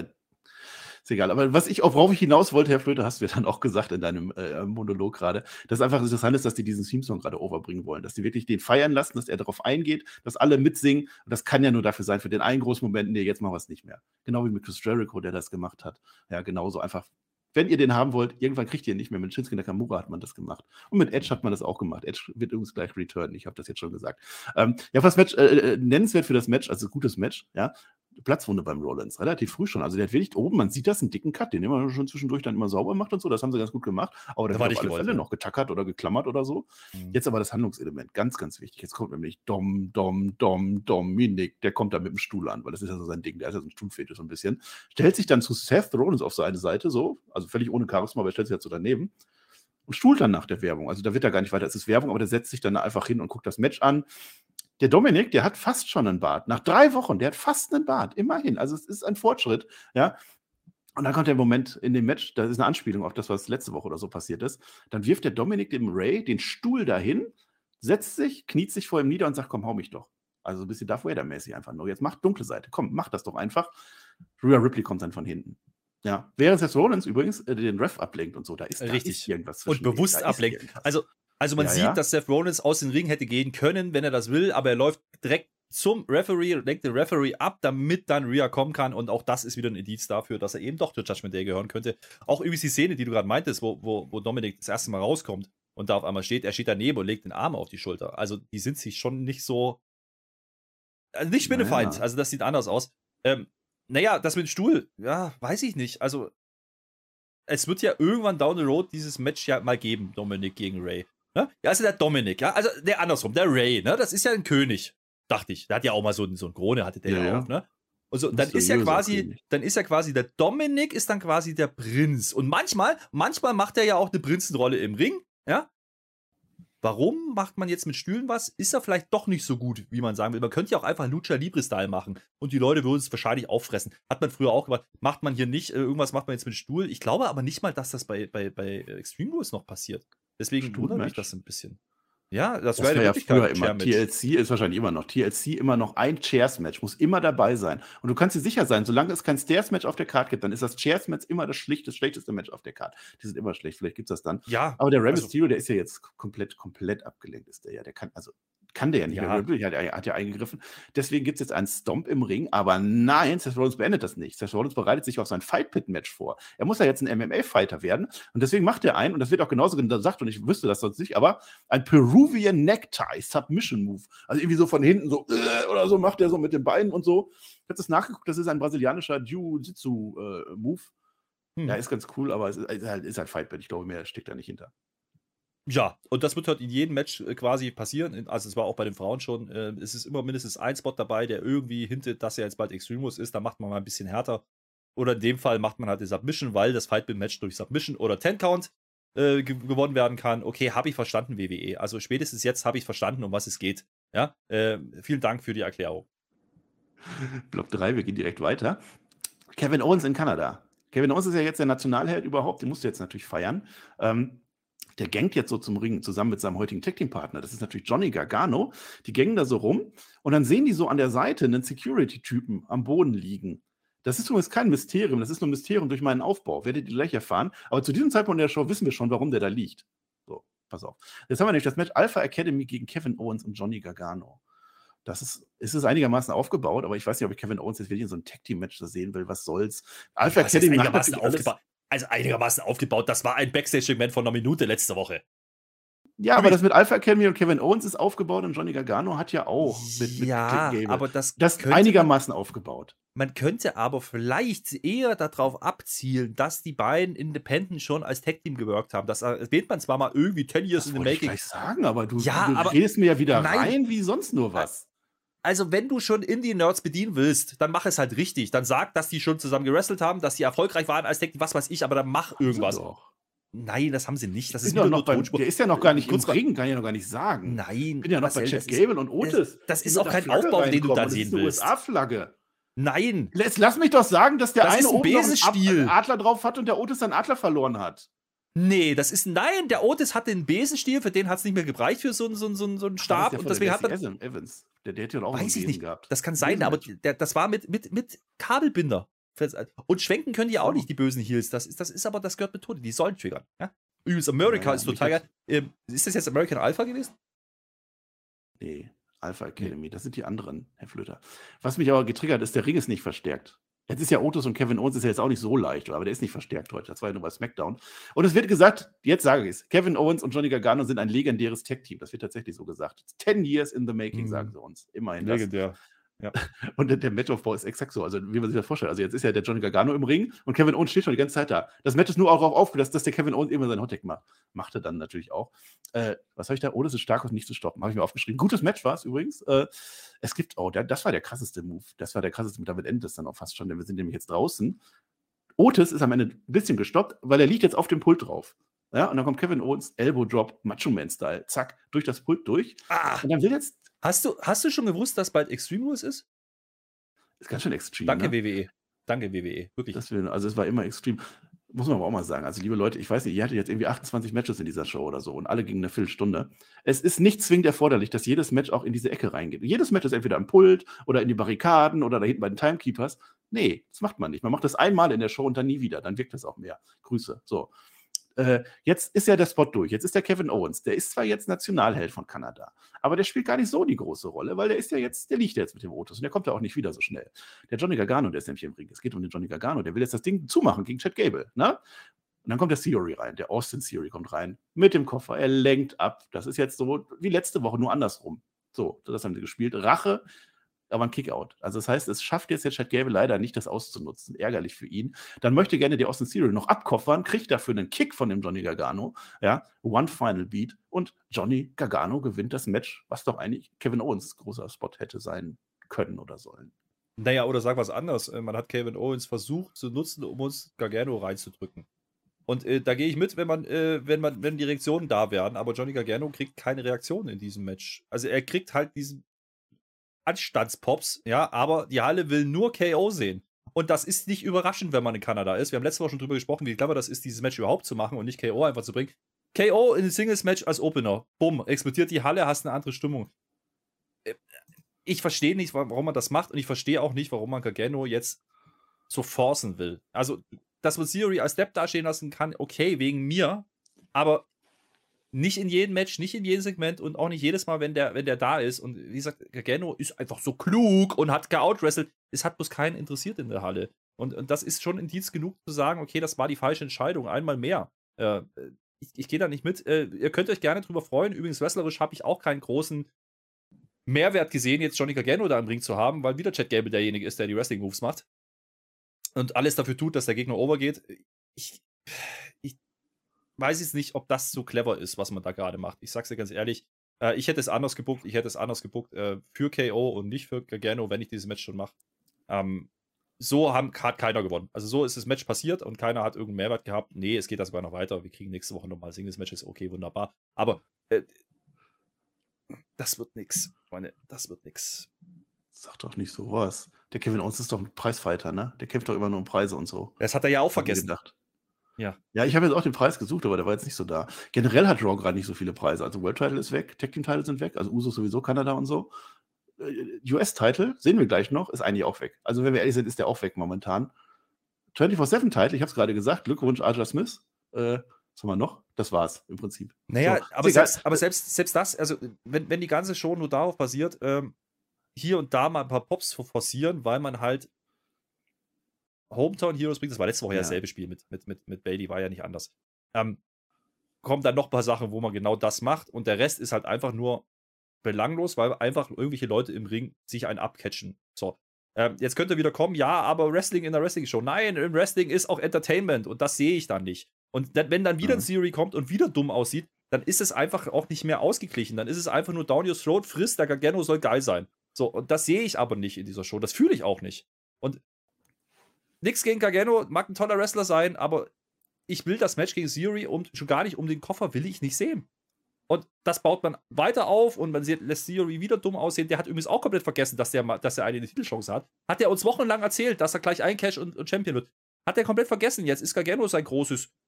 Ist egal. Aber worauf ich hinaus wollte, Herr Flöte, hast du ja dann auch gesagt in deinem Monolog gerade, dass einfach interessant ist, dass die diesen Theme-Song gerade overbringen wollen, dass die wirklich den feiern lassen, dass er darauf eingeht, dass alle mitsingen. Und das kann ja nur dafür sein, für den einen großen Moment, nee, jetzt machen wir es nicht mehr. Genau wie mit Chris Jericho, der das gemacht hat. Ja, genauso einfach. Wenn ihr den haben wollt, irgendwann kriegt ihr ihn nicht mehr. Mit Shinsuke Nakamura hat man das gemacht. Und mit Edge hat man das auch gemacht. Edge wird übrigens gleich returnen. Ich habe das jetzt schon gesagt. Ja, was Match, nennenswert für das Match, also gutes Match, ja. Platzwunde beim Rollins, relativ früh schon. Also der hat wirklich oben, man sieht das, einen dicken Cut, den immer schon zwischendurch dann immer sauber macht und so. Das haben sie ganz gut gemacht. Aber der war wird nicht auf alle gewollt, Fälle ja. noch getackert oder geklammert oder so. Jetzt aber das Handlungselement, ganz, ganz wichtig. Jetzt kommt nämlich Dominik, der kommt da mit dem Stuhl an, weil das ist ja so sein Ding, der ist ja so ein Stuhlfetisch so ein bisschen. Stellt sich dann zu Seth Rollins auf seine Seite, so, also völlig ohne Charisma, aber er stellt sich halt so daneben und stuhlt dann nach der Werbung. Also da wird er gar nicht weiter, es ist Werbung, aber der setzt sich dann einfach hin und guckt das Match an. Der Dominik, der hat fast schon einen Bart. Nach 3 Wochen, der hat fast einen Bart. Immerhin. Also es ist ein Fortschritt. Ja. Und dann kommt der Moment in dem Match, das ist eine Anspielung auf das, was letzte Woche oder so passiert ist. Dann wirft der Dominik dem Ray den Stuhl dahin, setzt sich, kniet sich vor ihm nieder und sagt, komm, hau mich doch. Also ein bisschen Darth Vader-mäßig einfach nur. Jetzt mach dunkle Seite. Komm, mach das doch einfach. Rhea Ripley kommt dann von hinten. Ja. Während Seth Rollins übrigens den Ref ablenkt und so. Da ist irgendwas zwischen. Und bewusst ablenkt. Also man sieht, dass Seth Rollins aus dem Ring hätte gehen können, wenn er das will, aber er läuft direkt zum Referee und lenkt den Referee ab, damit dann Rhea kommen kann. Und auch das ist wieder ein Indiz dafür, dass er eben doch zur Judgment Day gehören könnte. Auch übrigens die Szene, die du gerade meintest, wo Dominik das erste Mal rauskommt und da auf einmal steht, er steht daneben und legt den Arm auf die Schulter. Also die sind sich schon nicht so, also nicht Spinnefeind, Naja. also das sieht anders aus. Naja, das mit dem Stuhl, ja, weiß ich nicht. Also es wird ja irgendwann down the road dieses Match ja mal geben, Dominik gegen Ray. Ne? Ja, also der Dominik, ja, also der andersrum, der Ray, ne, das ist ja ein König, dachte ich. Der hat ja auch mal so eine Krone, hatte der ja auch, ne? Und so, dann ist ja quasi, der Dominik ist dann quasi der Prinz. Und manchmal macht er ja auch eine Prinzenrolle im Ring, ja? Warum macht man jetzt mit Stühlen was? Ist er vielleicht doch nicht so gut, wie man sagen will. Man könnte ja auch einfach Lucha Libre-Style machen. Und die Leute würden es wahrscheinlich auffressen. Hat man früher auch gemacht. Macht man hier nicht. Irgendwas macht man jetzt mit Stuhl. Ich glaube aber nicht mal, dass das bei Extreme Rules noch passiert. Deswegen wundert mich das ein bisschen. Ja, das wäre ja früher immer. TLC ist wahrscheinlich immer noch. TLC immer noch ein Chairs-Match, muss immer dabei sein. Und du kannst dir sicher sein, solange es kein Stairs-Match auf der Card gibt, dann ist das Chairs-Match immer das schlechteste Match auf der Card. Die sind immer schlecht, vielleicht gibt es das dann. Ja. Aber der Rey Mysterio, der ist ja jetzt komplett abgelenkt, ist der ja. Der kann der ja nicht mehr. Hat ja eingegriffen. Deswegen gibt es jetzt einen Stomp im Ring, aber nein, Seth Rollins beendet das nicht. Seth Rollins bereitet sich auf sein Fight-Pit-Match vor. Er muss ja jetzt ein MMA-Fighter werden und deswegen macht er einen, und das wird auch genauso gesagt, und ich wüsste das sonst nicht, aber ein Peruvian Necktie Submission Move. Also irgendwie so von hinten so oder so macht er so mit den Beinen und so. Ich habe das nachgeguckt, das ist ein brasilianischer Jiu-Jitsu Move. Ja, ist ganz cool, aber es ist halt Fight-Pit. Ich glaube, mehr steckt da nicht hinter. Ja, und das wird halt in jedem Match quasi passieren. Also es war auch bei den Frauen schon. Es ist immer mindestens ein Spot dabei, der irgendwie hintet, dass er jetzt bald Extreme Rules ist. Da macht man mal ein bisschen härter. Oder in dem Fall macht man halt die Submission, weil das Fight-Match durch Submission oder 10-Count gewonnen werden kann. Okay, habe ich verstanden, WWE. Also spätestens jetzt habe ich verstanden, um was es geht. Ja, vielen Dank für die Erklärung. Block 3, wir gehen direkt weiter. Kevin Owens in Kanada. Kevin Owens ist ja jetzt der Nationalheld überhaupt. Den musst du jetzt natürlich feiern. Der gangt jetzt so zum Ring zusammen mit seinem heutigen Tag-Team-Partner. Das ist natürlich Johnny Gargano. Die gangen da so rum und dann sehen die so an der Seite einen Security-Typen am Boden liegen. Das ist übrigens kein Mysterium, das ist nur ein Mysterium durch meinen Aufbau. Werdet ihr gleich erfahren. Aber zu diesem Zeitpunkt der Show wissen wir schon, warum der da liegt. So, pass auf. Jetzt haben wir nämlich das Match Alpha Academy gegen Kevin Owens und Johnny Gargano. Es ist einigermaßen aufgebaut, aber ich weiß nicht, ob ich Kevin Owens jetzt wirklich in so ein Tag-Team-Match sehen will. Was soll's? Alpha Academy hat natürlich aufgebaut. Also einigermaßen aufgebaut. Das war ein Backstage-Segment von einer Minute letzte Woche. Ja, aber das mit Alpha Academy und Kevin Owens ist aufgebaut und Johnny Gargano hat ja auch mit Gable. Aber das einigermaßen aufgebaut. Man könnte aber vielleicht eher darauf abzielen, dass die beiden Independent schon als Tag-Team gewirkt haben. Das erwähnt man zwar mal irgendwie 10 Years in the Making. Ich gleich sagen, aber du redest mir ja wieder rein wie sonst nur was. Also wenn du schon Indie-Nerds bedienen willst, dann mach es halt richtig. Dann sag, dass die schon zusammen gewrestelt haben, dass die erfolgreich waren als Tag-Team, was weiß ich, aber dann mach irgendwas. Doch. Nein, das haben sie nicht. Das ist nur Tonspur. Der ist ja noch gar nicht im Ring, kann ich ja noch gar nicht sagen. Nein. Ich bin ja noch bei Chad Gable und Otis. Das ist auch kein Aufbau, den du da sehen willst. Das ist eine USA-Flagge. Nein. Lass mich doch sagen, dass der eine oben noch einen Adler drauf hat und der Otis seinen Adler verloren hat. Nee, nein, der Otis hat den Besenstiel, für den hat es nicht mehr gereicht für so einen Stab. Und deswegen hat man. Evans. Der hätte ja auch weiß einen ich nicht gehabt. Das kann sein, aber das war mit Kabelbinder. Und schwenken können die ja auch nicht, die bösen Heels. Das gehört mit Tode. Die sollen triggern. Ja? Übrigens, America ist total geil. Ist das jetzt American Alpha gewesen? Nee, Alpha Academy. Das sind die anderen, Herr Flöter. Was mich aber getriggert ist, der Ring ist nicht verstärkt. Jetzt ist ja Otis und Kevin Owens ist ja jetzt auch nicht so leicht, aber der ist nicht verstärkt heute. Das war ja nur bei SmackDown. Und es wird gesagt, jetzt sage ich es, Kevin Owens und Johnny Gargano sind ein legendäres Tag-Team. Das wird tatsächlich so gesagt. 10 years in the making, sagen sie uns. Immerhin das. Legendär. Ja. Und der Matchaufbau ist exakt so, also wie man sich das vorstellt. Also jetzt ist ja der Johnny Gargano im Ring und Kevin Owens steht schon die ganze Zeit da. Das Match ist nur auch darauf aufgesetzt, dass der Kevin Owens immer seinen Hottag macht. Machte dann natürlich auch. Was habe ich da? Otis ist stark und nicht zu stoppen. Habe ich mir aufgeschrieben. Gutes Match war es übrigens. Es gibt, das war der krasseste Move. Das war der krasseste mit Damit endet es dann auch fast schon, denn wir sind nämlich jetzt draußen. Otis ist am Ende ein bisschen gestoppt, weil er liegt jetzt auf dem Pult drauf. Ja, und dann kommt Kevin Owens, Elbow Drop, Macho Man Style, zack, durch das Pult durch. Und dann will jetzt. Hast du schon gewusst, dass bald Extreme Rules ist? Ist ganz schön extrem. Danke, ne? WWE. Danke, WWE. Wirklich. Also es war immer extrem. Muss man aber auch mal sagen. Also, liebe Leute, ich weiß nicht, ihr hattet jetzt irgendwie 28 Matches in dieser Show oder so und alle gingen eine Viertelstunde. Es ist nicht zwingend erforderlich, dass jedes Match auch in diese Ecke reingeht. Jedes Match ist entweder am Pult oder in die Barrikaden oder da hinten bei den Timekeepers. Nee, das macht man nicht. Man macht das einmal in der Show und dann nie wieder. Dann wirkt das auch mehr. Grüße. So. Jetzt ist ja der Spot durch. Jetzt ist der Kevin Owens. Der ist zwar jetzt Nationalheld von Kanada, aber der spielt gar nicht so die große Rolle, weil der liegt ja jetzt mit dem Otis und der kommt ja auch nicht wieder so schnell. Der Johnny Gargano, der ist nämlich im Ring. Es geht um den Johnny Gargano, der will jetzt das Ding zumachen gegen Chad Gable, ne? Und dann kommt der Theory rein, der Austin Theory kommt rein mit dem Koffer. Er lenkt ab. Das ist jetzt so wie letzte Woche, nur andersrum. So, das haben sie gespielt. Rache, aber ein Kickout. Also das heißt, es schafft jetzt der Chad Gable leider nicht, das auszunutzen. Ärgerlich für ihn. Dann möchte gerne der Austin Theory noch abkoffern, kriegt dafür einen Kick von dem Johnny Gargano. Ja, One Final Beat. Und Johnny Gargano gewinnt das Match, was doch eigentlich Kevin Owens großer Spot hätte sein können oder sollen. Naja, oder sag was anderes. Man hat Kevin Owens versucht zu nutzen, um uns Gargano reinzudrücken. Und da gehe ich mit, wenn die Reaktionen da wären. Aber Johnny Gargano kriegt keine Reaktion in diesem Match. Also er kriegt halt diesen Anstandspops, ja, aber die Halle will nur KO sehen. Und das ist nicht überraschend, wenn man in Kanada ist. Wir haben letzte Woche schon drüber gesprochen, wie clever das ist, dieses Match überhaupt zu machen und nicht KO einfach zu bringen. KO in ein Singles-Match als Opener. Bumm, explodiert die Halle, hast eine andere Stimmung. Ich verstehe nicht, warum man das macht und ich verstehe auch nicht, warum man Gargano jetzt so forcen will. Also, dass man Theory als Step dastehen lassen kann, okay, wegen mir, aber nicht in jedem Match, nicht in jedem Segment und auch nicht jedes Mal, wenn der da ist. Und wie gesagt, Gargano ist einfach so klug und hat geoutwrestelt. Es hat bloß keinen interessiert in der Halle. Und das ist schon Indiz genug zu sagen, okay, das war die falsche Entscheidung, einmal mehr. Ich gehe da nicht mit. Ihr könnt euch gerne drüber freuen. Übrigens, wrestlerisch habe ich auch keinen großen Mehrwert gesehen, jetzt Johnny Gargano da im Ring zu haben, weil wieder Chad Gable derjenige ist, der die Wrestling-Moves macht. Und alles dafür tut, dass der Gegner overgeht. Ich weiß jetzt nicht, ob das so clever ist, was man da gerade macht. Ich sag's dir ganz ehrlich, ich hätte es anders gebuckt. Für KO und nicht für Gargano, wenn ich dieses Match schon mache. So hat keiner gewonnen. Also so ist das Match passiert und keiner hat irgendeinen Mehrwert gehabt. Nee, es geht da sogar noch weiter. Wir kriegen nächste Woche nochmal Singles-Matches. Okay, wunderbar. Aber das wird nix, Freunde. Das wird nix. Sag doch nicht so was. Der Kevin Owens ist doch ein Preisfighter, ne? Der kämpft doch immer nur um Preise und so. Das hat er ja auch vergessen. Gedacht. Ja, ich habe jetzt auch den Preis gesucht, aber der war jetzt nicht so da. Generell hat Raw gerade nicht so viele Preise. Also World Title ist weg, Tag Team Title sind weg, also Usos sowieso, Kanada und so. US Title, sehen wir gleich noch, ist eigentlich auch weg. Also wenn wir ehrlich sind, ist der auch weg momentan. 24/7 Title, ich habe es gerade gesagt, Glückwunsch Archer Smith. Was haben wir noch? Das war's im Prinzip. Naja, so, aber selbst das, also wenn die ganze Show nur darauf basiert, hier und da mal ein paar Pops forcieren, weil man halt Hometown Heroes bringt, das war letzte Woche ja dasselbe Spiel mit Bailey, war ja nicht anders. Kommen dann noch ein paar Sachen, wo man genau das macht und der Rest ist halt einfach nur belanglos, weil einfach irgendwelche Leute im Ring sich einen abcatchen. So. Jetzt könnte wieder kommen, ja, aber Wrestling in der Wrestling-Show. Nein, im Wrestling ist auch Entertainment und das sehe ich dann nicht. Und wenn dann wieder ein Theory kommt und wieder dumm aussieht, dann ist es einfach auch nicht mehr ausgeglichen. Dann ist es einfach nur down your throat, frisst, der Gargano soll geil sein. So, und das sehe ich aber nicht in dieser Show. Das fühle ich auch nicht. Und nichts gegen Gargano, mag ein toller Wrestler sein, aber ich will das Match gegen Theory und schon gar nicht um den Koffer will ich nicht sehen. Und das baut man weiter auf und man lässt Theory wieder dumm aussehen. Der hat übrigens auch komplett vergessen, dass er eine Titelchance hat. Hat er uns wochenlang erzählt, dass er gleich eincasht und Champion wird. Hat er komplett vergessen. Jetzt ist Gargano sein großes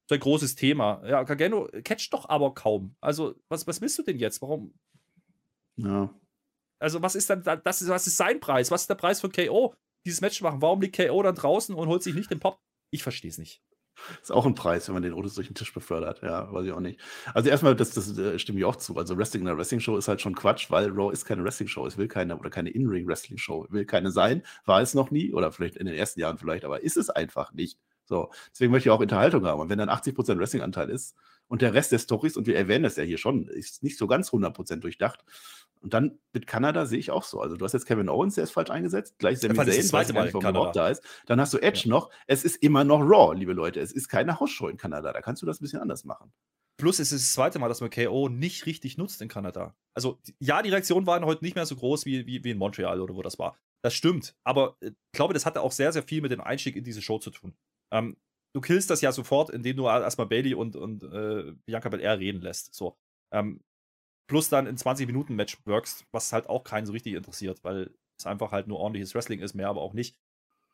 sein großes Thema. Ja, Gargano catcht doch aber kaum. Also, was willst du denn jetzt? Warum? Ja. Also, was ist dann, was ist sein Preis? Was ist der Preis von KO, dieses Match zu machen? Warum liegt KO dann draußen und holt sich nicht den Pop? Ich verstehe es nicht. Ist auch ein Preis, wenn man den Otis durch den Tisch befördert. Ja, weiß ich auch nicht. Also erstmal, das stimme ich auch zu. Also Wrestling in einer Wrestling-Show ist halt schon Quatsch, weil Raw ist keine Wrestling-Show. Es will keine, oder keine In-Ring-Wrestling-Show. Will keine sein. War es noch nie, oder vielleicht in den ersten Jahren vielleicht, aber ist es einfach nicht. So, deswegen möchte ich auch Unterhaltung haben. Und wenn dann 80% Wrestling-Anteil ist und der Rest der Storys, und wir erwähnen das ja hier schon, ist nicht so ganz 100% durchdacht. Und dann mit Kanada sehe ich auch so. Also du hast jetzt Kevin Owens, der ist falsch eingesetzt, gleich Sami Das ist Zayn, das zweite weiß gar Mal nicht, in warum er überhaupt Kanada. da ist. Dann hast du Edge noch. Es ist immer noch Raw, liebe Leute. Es ist keine Hausshow in Kanada. Da kannst du das ein bisschen anders machen. Plus es ist das zweite Mal, dass man KO nicht richtig nutzt in Kanada. Also, ja, die Reaktionen waren heute nicht mehr so groß wie in Montreal oder wo das war. Das stimmt. Aber ich glaube, das hatte auch sehr, sehr viel mit dem Einstieg in diese Show zu tun. Du killst das ja sofort, indem du erstmal Bayley und Bianca Belair reden lässt. So. Plus dann in 20-Minuten-Match workst, was halt auch keinen so richtig interessiert, weil es einfach halt nur ordentliches Wrestling ist, mehr aber auch nicht.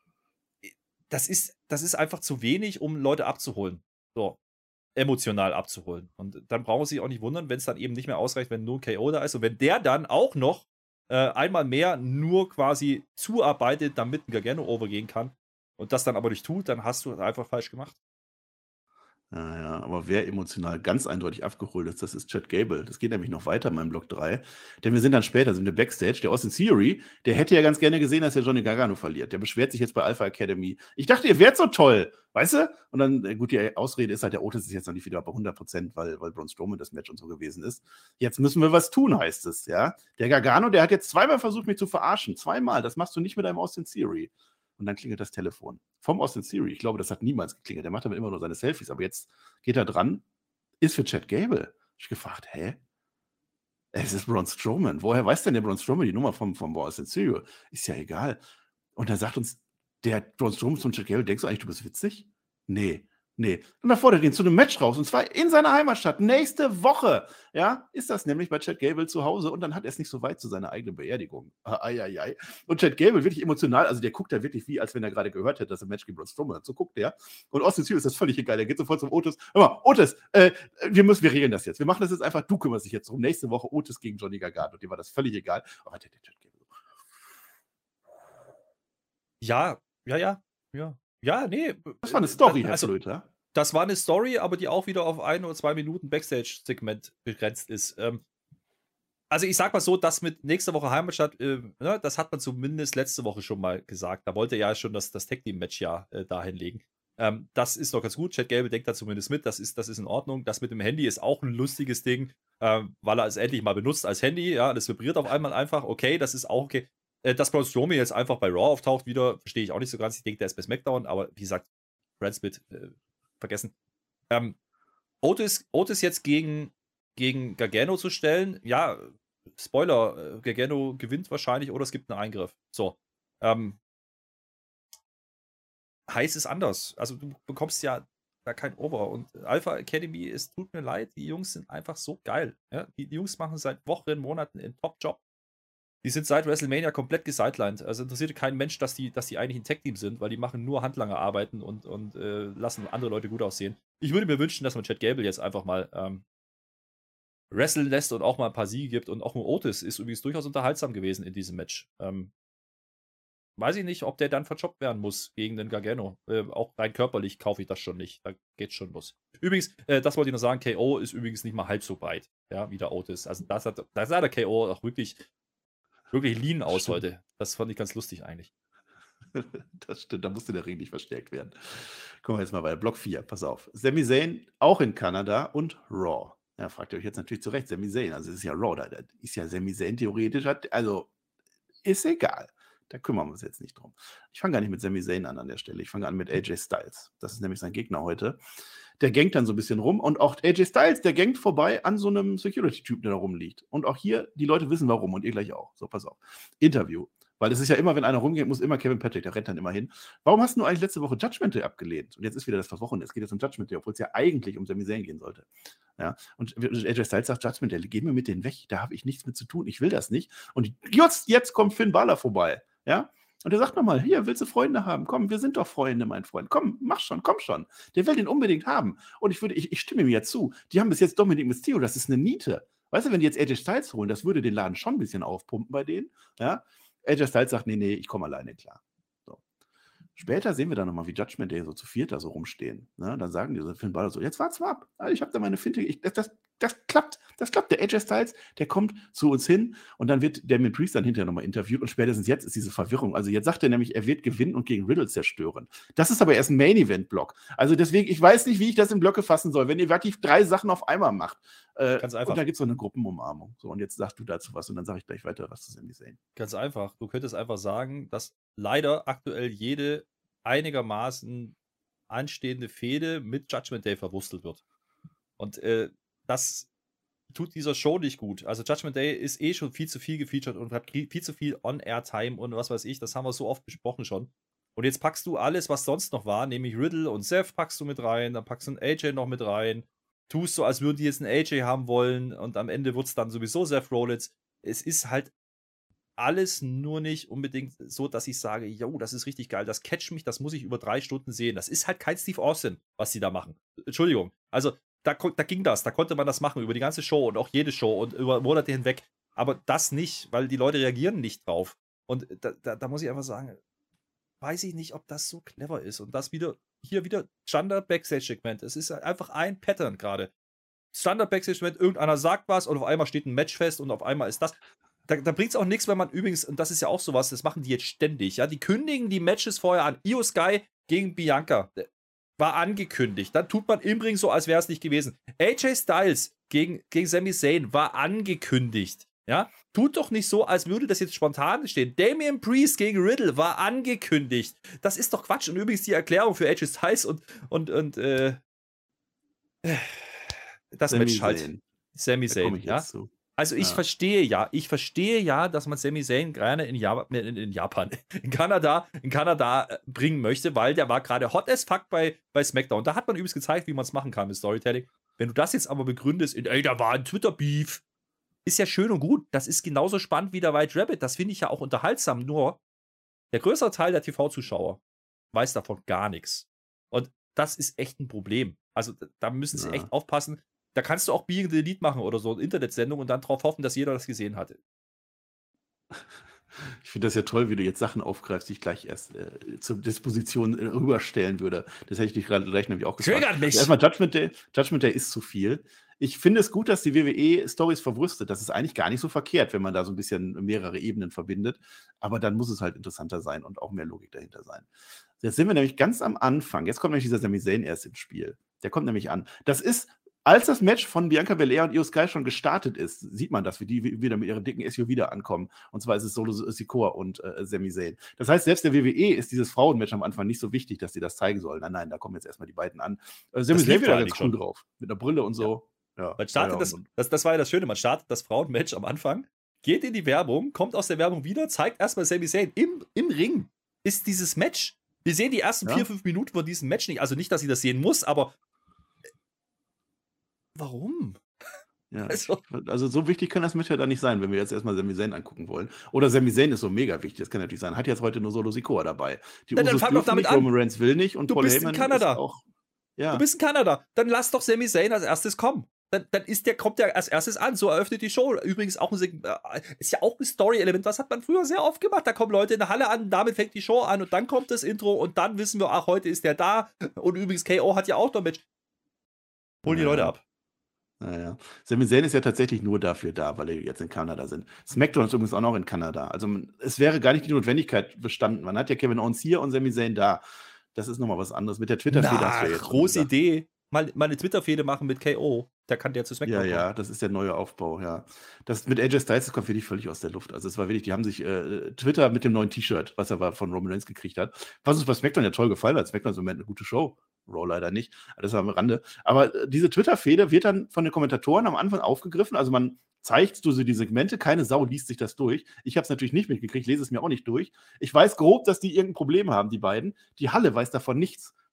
Das ist einfach zu wenig, um Leute abzuholen. So. Emotional abzuholen. Und dann brauchen sie sich auch nicht wundern, wenn es dann eben nicht mehr ausreicht, wenn nur ein KO da ist. Und wenn der dann auch noch einmal mehr nur quasi zuarbeitet, damit ein Gargano overgehen kann und das dann aber nicht tut, dann hast du es einfach falsch gemacht. Ja, aber wer emotional ganz eindeutig abgeholt ist, das ist Chad Gable. Das geht nämlich noch weiter in meinem Block 3. Denn wir sind dann später, sind wir Backstage. Der Austin Theory, der hätte ja ganz gerne gesehen, dass der Johnny Gargano verliert. Der beschwert sich jetzt bei Alpha Academy. Ich dachte, ihr wärt so toll, weißt du? Und dann, gut, die Ausrede ist halt, der Otis ist jetzt noch nicht wieder bei 100%, weil Braun Strowman das Match und so gewesen ist. Jetzt müssen wir was tun, heißt es, ja? Der Gargano, der hat jetzt zweimal versucht, mich zu verarschen. Zweimal. Das machst du nicht mit einem Austin Theory. Und dann klingelt das Telefon. Vom Austin Theory. Ich glaube, das hat niemals geklingelt. Der macht damit immer nur seine Selfies. Aber jetzt geht er dran. Ist für Chad Gable. Ich habe gefragt, hä? Es ist Braun Strowman. Woher weiß denn der Braun Strowman die Nummer vom Austin Theory? Ist ja egal. Und da sagt uns der Braun Strowman zum Chad Gable, denkst du eigentlich, du bist witzig? Nee. Und da fordert ihn zu einem Match raus. Und zwar in seiner Heimatstadt. Nächste Woche. Ja, ist das nämlich bei Chad Gable zu Hause. Und dann hat er es nicht so weit zu seiner eigenen Beerdigung. Eieiei. Und Chad Gable wirklich emotional. Also der guckt da wirklich wie, als wenn er gerade gehört hätte, dass er ein Match gegen Braun Strowman hat. So guckt der. Und Austin Theory ist das völlig egal. Der geht sofort zum Otis. Hör mal, Otis, wir regeln das jetzt. Wir machen das jetzt einfach. Du kümmerst dich jetzt drum. Nächste Woche Otis gegen Johnny Gargano. Und dem war das völlig egal. Aber der Chad Gable. Ja. Ja, nee. Das war eine Story, Herr also, Flöter. Das war eine Story, aber die auch wieder auf 1 oder 2 Minuten Backstage-Segment begrenzt ist. Also ich sag mal so, das mit nächster Woche Heimatstadt, das hat man zumindest letzte Woche schon mal gesagt. Da wollte er ja schon das Tag-Team-Match dahin legen. Das ist doch ganz gut. Chad Gable denkt da zumindest mit. Das ist in Ordnung. Das mit dem Handy ist auch ein lustiges Ding, weil er es endlich mal benutzt als Handy. Ja, das vibriert auf einmal einfach. Okay, das ist auch okay. Dass Braun Strowman jetzt einfach bei Raw auftaucht wieder, verstehe ich auch nicht so ganz. Ich denke, der ist bei SmackDown, aber wie gesagt, Brand Split vergessen. Otis jetzt gegen Gargano zu stellen, ja, Spoiler, Gargano gewinnt wahrscheinlich oder es gibt einen Eingriff. So. Heiß ist anders. Also du bekommst ja da kein Over. Und Alpha Academy, es tut mir leid, die Jungs sind einfach so geil. Ja? Die Jungs machen seit Wochen, Monaten einen Top-Job. Die sind seit WrestleMania komplett gesidelined. Also interessiert kein Mensch, dass die eigentlich ein Tag-Team sind, weil die machen nur Handlanger-Arbeiten und lassen andere Leute gut aussehen. Ich würde mir wünschen, dass man Chad Gable jetzt einfach mal wrestlen lässt und auch mal ein paar Siege gibt. Und auch nur Otis ist übrigens durchaus unterhaltsam gewesen in diesem Match. Weiß ich nicht, ob der dann verjobbt werden muss gegen den Gargano. Auch rein körperlich kaufe ich das schon nicht. Da geht's schon los. Übrigens, das wollte ich noch sagen, KO ist übrigens nicht mal halb so breit, ja, wie der Otis. Also da sah der KO auch wirklich lean aus Stimmt. heute. Das fand ich ganz lustig eigentlich. Das stimmt, da musste der Ring nicht verstärkt werden. Kommen wir jetzt mal bei Block 4, pass auf. Sami Zayn auch in Kanada und Raw. Ja, fragt ihr euch jetzt natürlich zu Recht, Sami Zayn, also es ist ja Raw, da ist ja Sami Zayn theoretisch, also ist egal. Da kümmern wir uns jetzt nicht drum. Ich fange gar nicht mit Sami Zayn an der Stelle. Ich fange an mit AJ Styles. Das ist nämlich sein Gegner heute. Der gangt dann so ein bisschen rum und auch AJ Styles, der gangt vorbei an so einem Security-Typen, der da rumliegt. Und auch hier, die Leute wissen warum und ihr gleich auch. So, pass auf. Interview. Weil es ist ja immer, wenn einer rumgeht, muss immer Kevin Patrick, der rennt dann immer hin. Warum hast du eigentlich letzte Woche Judgment Day abgelehnt? Und jetzt ist wieder das Wochenende. Es geht jetzt um Judgment Day, obwohl es ja eigentlich um Sami Zayn gehen sollte. Ja, und AJ Styles sagt, Judgment Day, geh mir mit denen weg. Da habe ich nichts mit zu tun. Ich will das nicht. Und jetzt kommt Finn Balor vorbei. Ja, Und er sagt nochmal, hier, willst du Freunde haben? Komm, wir sind doch Freunde, mein Freund. Komm, mach schon, komm schon. Der will den unbedingt haben. Und ich stimme ihm ja zu. Die haben bis jetzt Dominic Mysterio, das ist eine Niete. Weißt du, wenn die jetzt AJ Styles holen, das würde den Laden schon ein bisschen aufpumpen bei denen. Ja? AJ Styles sagt, nee, ich komme alleine klar. So. Später sehen wir dann nochmal, wie Judgment Day so zu viert da so rumstehen. Ne? Dann sagen die so, Finn Balor so, jetzt wart's mal ab. Also ich habe da meine Finte, das klappt. Das klappt. Der AJ Styles, der kommt zu uns hin und dann wird Damien Priest dann hinterher nochmal interviewt und spätestens jetzt ist diese Verwirrung. Also jetzt sagt er nämlich, er wird gewinnen und gegen Riddle zerstören. Das ist aber erst ein Main-Event-Block. Also deswegen, ich weiß nicht, wie ich das in Blöcke fassen soll, wenn ihr wirklich 3 Sachen auf einmal macht. Ganz einfach. Und da gibt es so eine Gruppenumarmung. So, und jetzt sagst du dazu was und dann sage ich gleich weiter was zu Sami Zayn. Ganz einfach. Du könntest einfach sagen, dass leider aktuell jede einigermaßen anstehende Fehde mit Judgment Day verwurstelt wird. Und das tut dieser Show nicht gut. Also Judgment Day ist schon viel zu viel gefeatured und hat viel zu viel On-Air-Time und was weiß ich. Das haben wir so oft besprochen schon. Und jetzt packst du alles, was sonst noch war, nämlich Riddle und Seth packst du mit rein, dann packst du einen AJ noch mit rein, tust so, als würden die jetzt einen AJ haben wollen und am Ende wird es dann sowieso Seth Rollins. Es ist halt alles nur nicht unbedingt so, dass ich sage, jo, das ist richtig geil, das catcht mich, das muss ich über 3 Stunden sehen. Das ist halt kein Steve Austin, was sie da machen. Entschuldigung. Also, da ging das, da konnte man das machen, über die ganze Show und auch jede Show und über Monate hinweg. Aber das nicht, weil die Leute reagieren nicht drauf. Und da muss ich einfach sagen, weiß ich nicht, ob das so clever ist. Und das wieder Standard Backstage-Segment. Es ist einfach ein Pattern gerade. Standard Backstage-Segment, irgendeiner sagt was und auf einmal steht ein Match fest und auf einmal ist das. Da bringt es auch nichts, wenn man übrigens, und das ist ja auch sowas, das machen die jetzt ständig, ja, die kündigen die Matches vorher an. Io Sky gegen Bianca war angekündigt. Dann tut man im Ring so, als wäre es nicht gewesen. AJ Styles gegen Sami Zayn war angekündigt. Ja, tut doch nicht so, als würde das jetzt spontan stehen. Damien Priest gegen Riddle war angekündigt. Das ist doch Quatsch. Und übrigens die Erklärung für AJ Styles und das Sami Match halt. Zayn. Sami Da Zayn, komme ich ja. jetzt zu. Also ich verstehe ja, dass man Sami Zayn gerne in Kanada bringen möchte, weil der war gerade hot as fuck bei SmackDown. Da hat man übrigens gezeigt, wie man es machen kann mit Storytelling. Wenn du das jetzt aber begründest da war ein Twitter-Beef, ist ja schön und gut. Das ist genauso spannend wie der White Rabbit. Das finde ich ja auch unterhaltsam. Nur der größere Teil der TV-Zuschauer weiß davon gar nichts. Und das ist echt ein Problem. Also da müssen sie echt aufpassen. Da kannst du auch Being the Elite machen oder so, eine Internetsendung und dann darauf hoffen, dass jeder das gesehen hat. Ich finde das ja toll, wie du jetzt Sachen aufgreifst, die ich gleich erst zur Disposition rüberstellen würde. Das hätte ich dich gerade gleich nämlich auch gesagt. Triggert mich! Also erstmal Judgment Day ist zu viel. Ich finde es gut, dass die WWE Storys verwurstet. Das ist eigentlich gar nicht so verkehrt, wenn man da so ein bisschen mehrere Ebenen verbindet. Aber dann muss es halt interessanter sein und auch mehr Logik dahinter sein. Jetzt sind wir nämlich ganz am Anfang. Jetzt kommt nämlich dieser Sami Zayn erst ins Spiel. Der kommt nämlich an. Das ist, als das Match von Bianca Belair und Io Sky schon gestartet ist, sieht man das, wie die wieder mit ihren dicken SUV wieder ankommen. Und zwar ist es Solo Sikoa und Sami Zayn. Das heißt, selbst der WWE ist dieses Frauenmatch am Anfang nicht so wichtig, dass sie das zeigen sollen. Nein, da kommen jetzt erstmal die beiden an. Sami Zayn wieder ganz cool drauf. Mit einer Brille und so. Ja. Man startet das war ja das Schöne, man startet das Frauenmatch am Anfang, geht in die Werbung, kommt aus der Werbung wieder, zeigt erstmal Sami Zayn im Ring. Ist dieses Match. Wir sehen die ersten 4-5 Minuten von diesem Match nicht. Also nicht, dass sie das sehen muss, aber warum? Ja, also so wichtig kann das Match ja da nicht sein, wenn wir jetzt erstmal Sami Zayn angucken wollen. Oder Sami Zayn ist so mega wichtig, das kann natürlich sein. Hat jetzt heute nur Solo Sikoa dabei. Die dann fang doch damit nicht, an. Roman Reigns will nicht und Du Paul bist Heyman in Kanada. ist auch... Ja. Du bist in Kanada. Dann lass doch Sami Zayn als erstes kommen. Dann kommt der als erstes an. So eröffnet die Show. Übrigens auch ist ja auch ein Story-Element. Was hat man früher sehr oft gemacht? Da kommen Leute in der Halle an, damit fängt die Show an und dann kommt das Intro und dann wissen wir, ach, heute ist der da. Und übrigens, KO hat ja auch noch ein Match. Holen die Leute ab. Naja. Sami Zayn ist ja tatsächlich nur dafür da, weil wir jetzt in Kanada sind. SmackDown ist übrigens auch noch in Kanada. Also es wäre gar nicht die Notwendigkeit bestanden. Man hat ja Kevin Owens hier und Sami Zayn da. Das ist nochmal was anderes. Mit der Twitter-Fehde hast du jetzt. Große Idee. Mal eine Twitter-Fehde machen mit KO. Der kann der zu SmackDown kommen. Ja, das ist der neue Aufbau, ja. Das mit AJ Styles, das kommt wirklich völlig aus der Luft. Also es war wirklich, die haben sich Twitter mit dem neuen T-Shirt, was er von Roman Reigns gekriegt hat, was uns bei SmackDown ja toll gefallen hat. SmackDown ist im Moment eine gute Show. Raw leider nicht. Das war am Rande. Aber diese Twitter-Fehde wird dann von den Kommentatoren am Anfang aufgegriffen. Also man zeigt so die Segmente, keine Sau liest sich das durch. Ich habe es natürlich nicht mitgekriegt, lese es mir auch nicht durch. Ich weiß grob, dass die irgendein Problem haben, die beiden. Die Halle weiß davon nichts.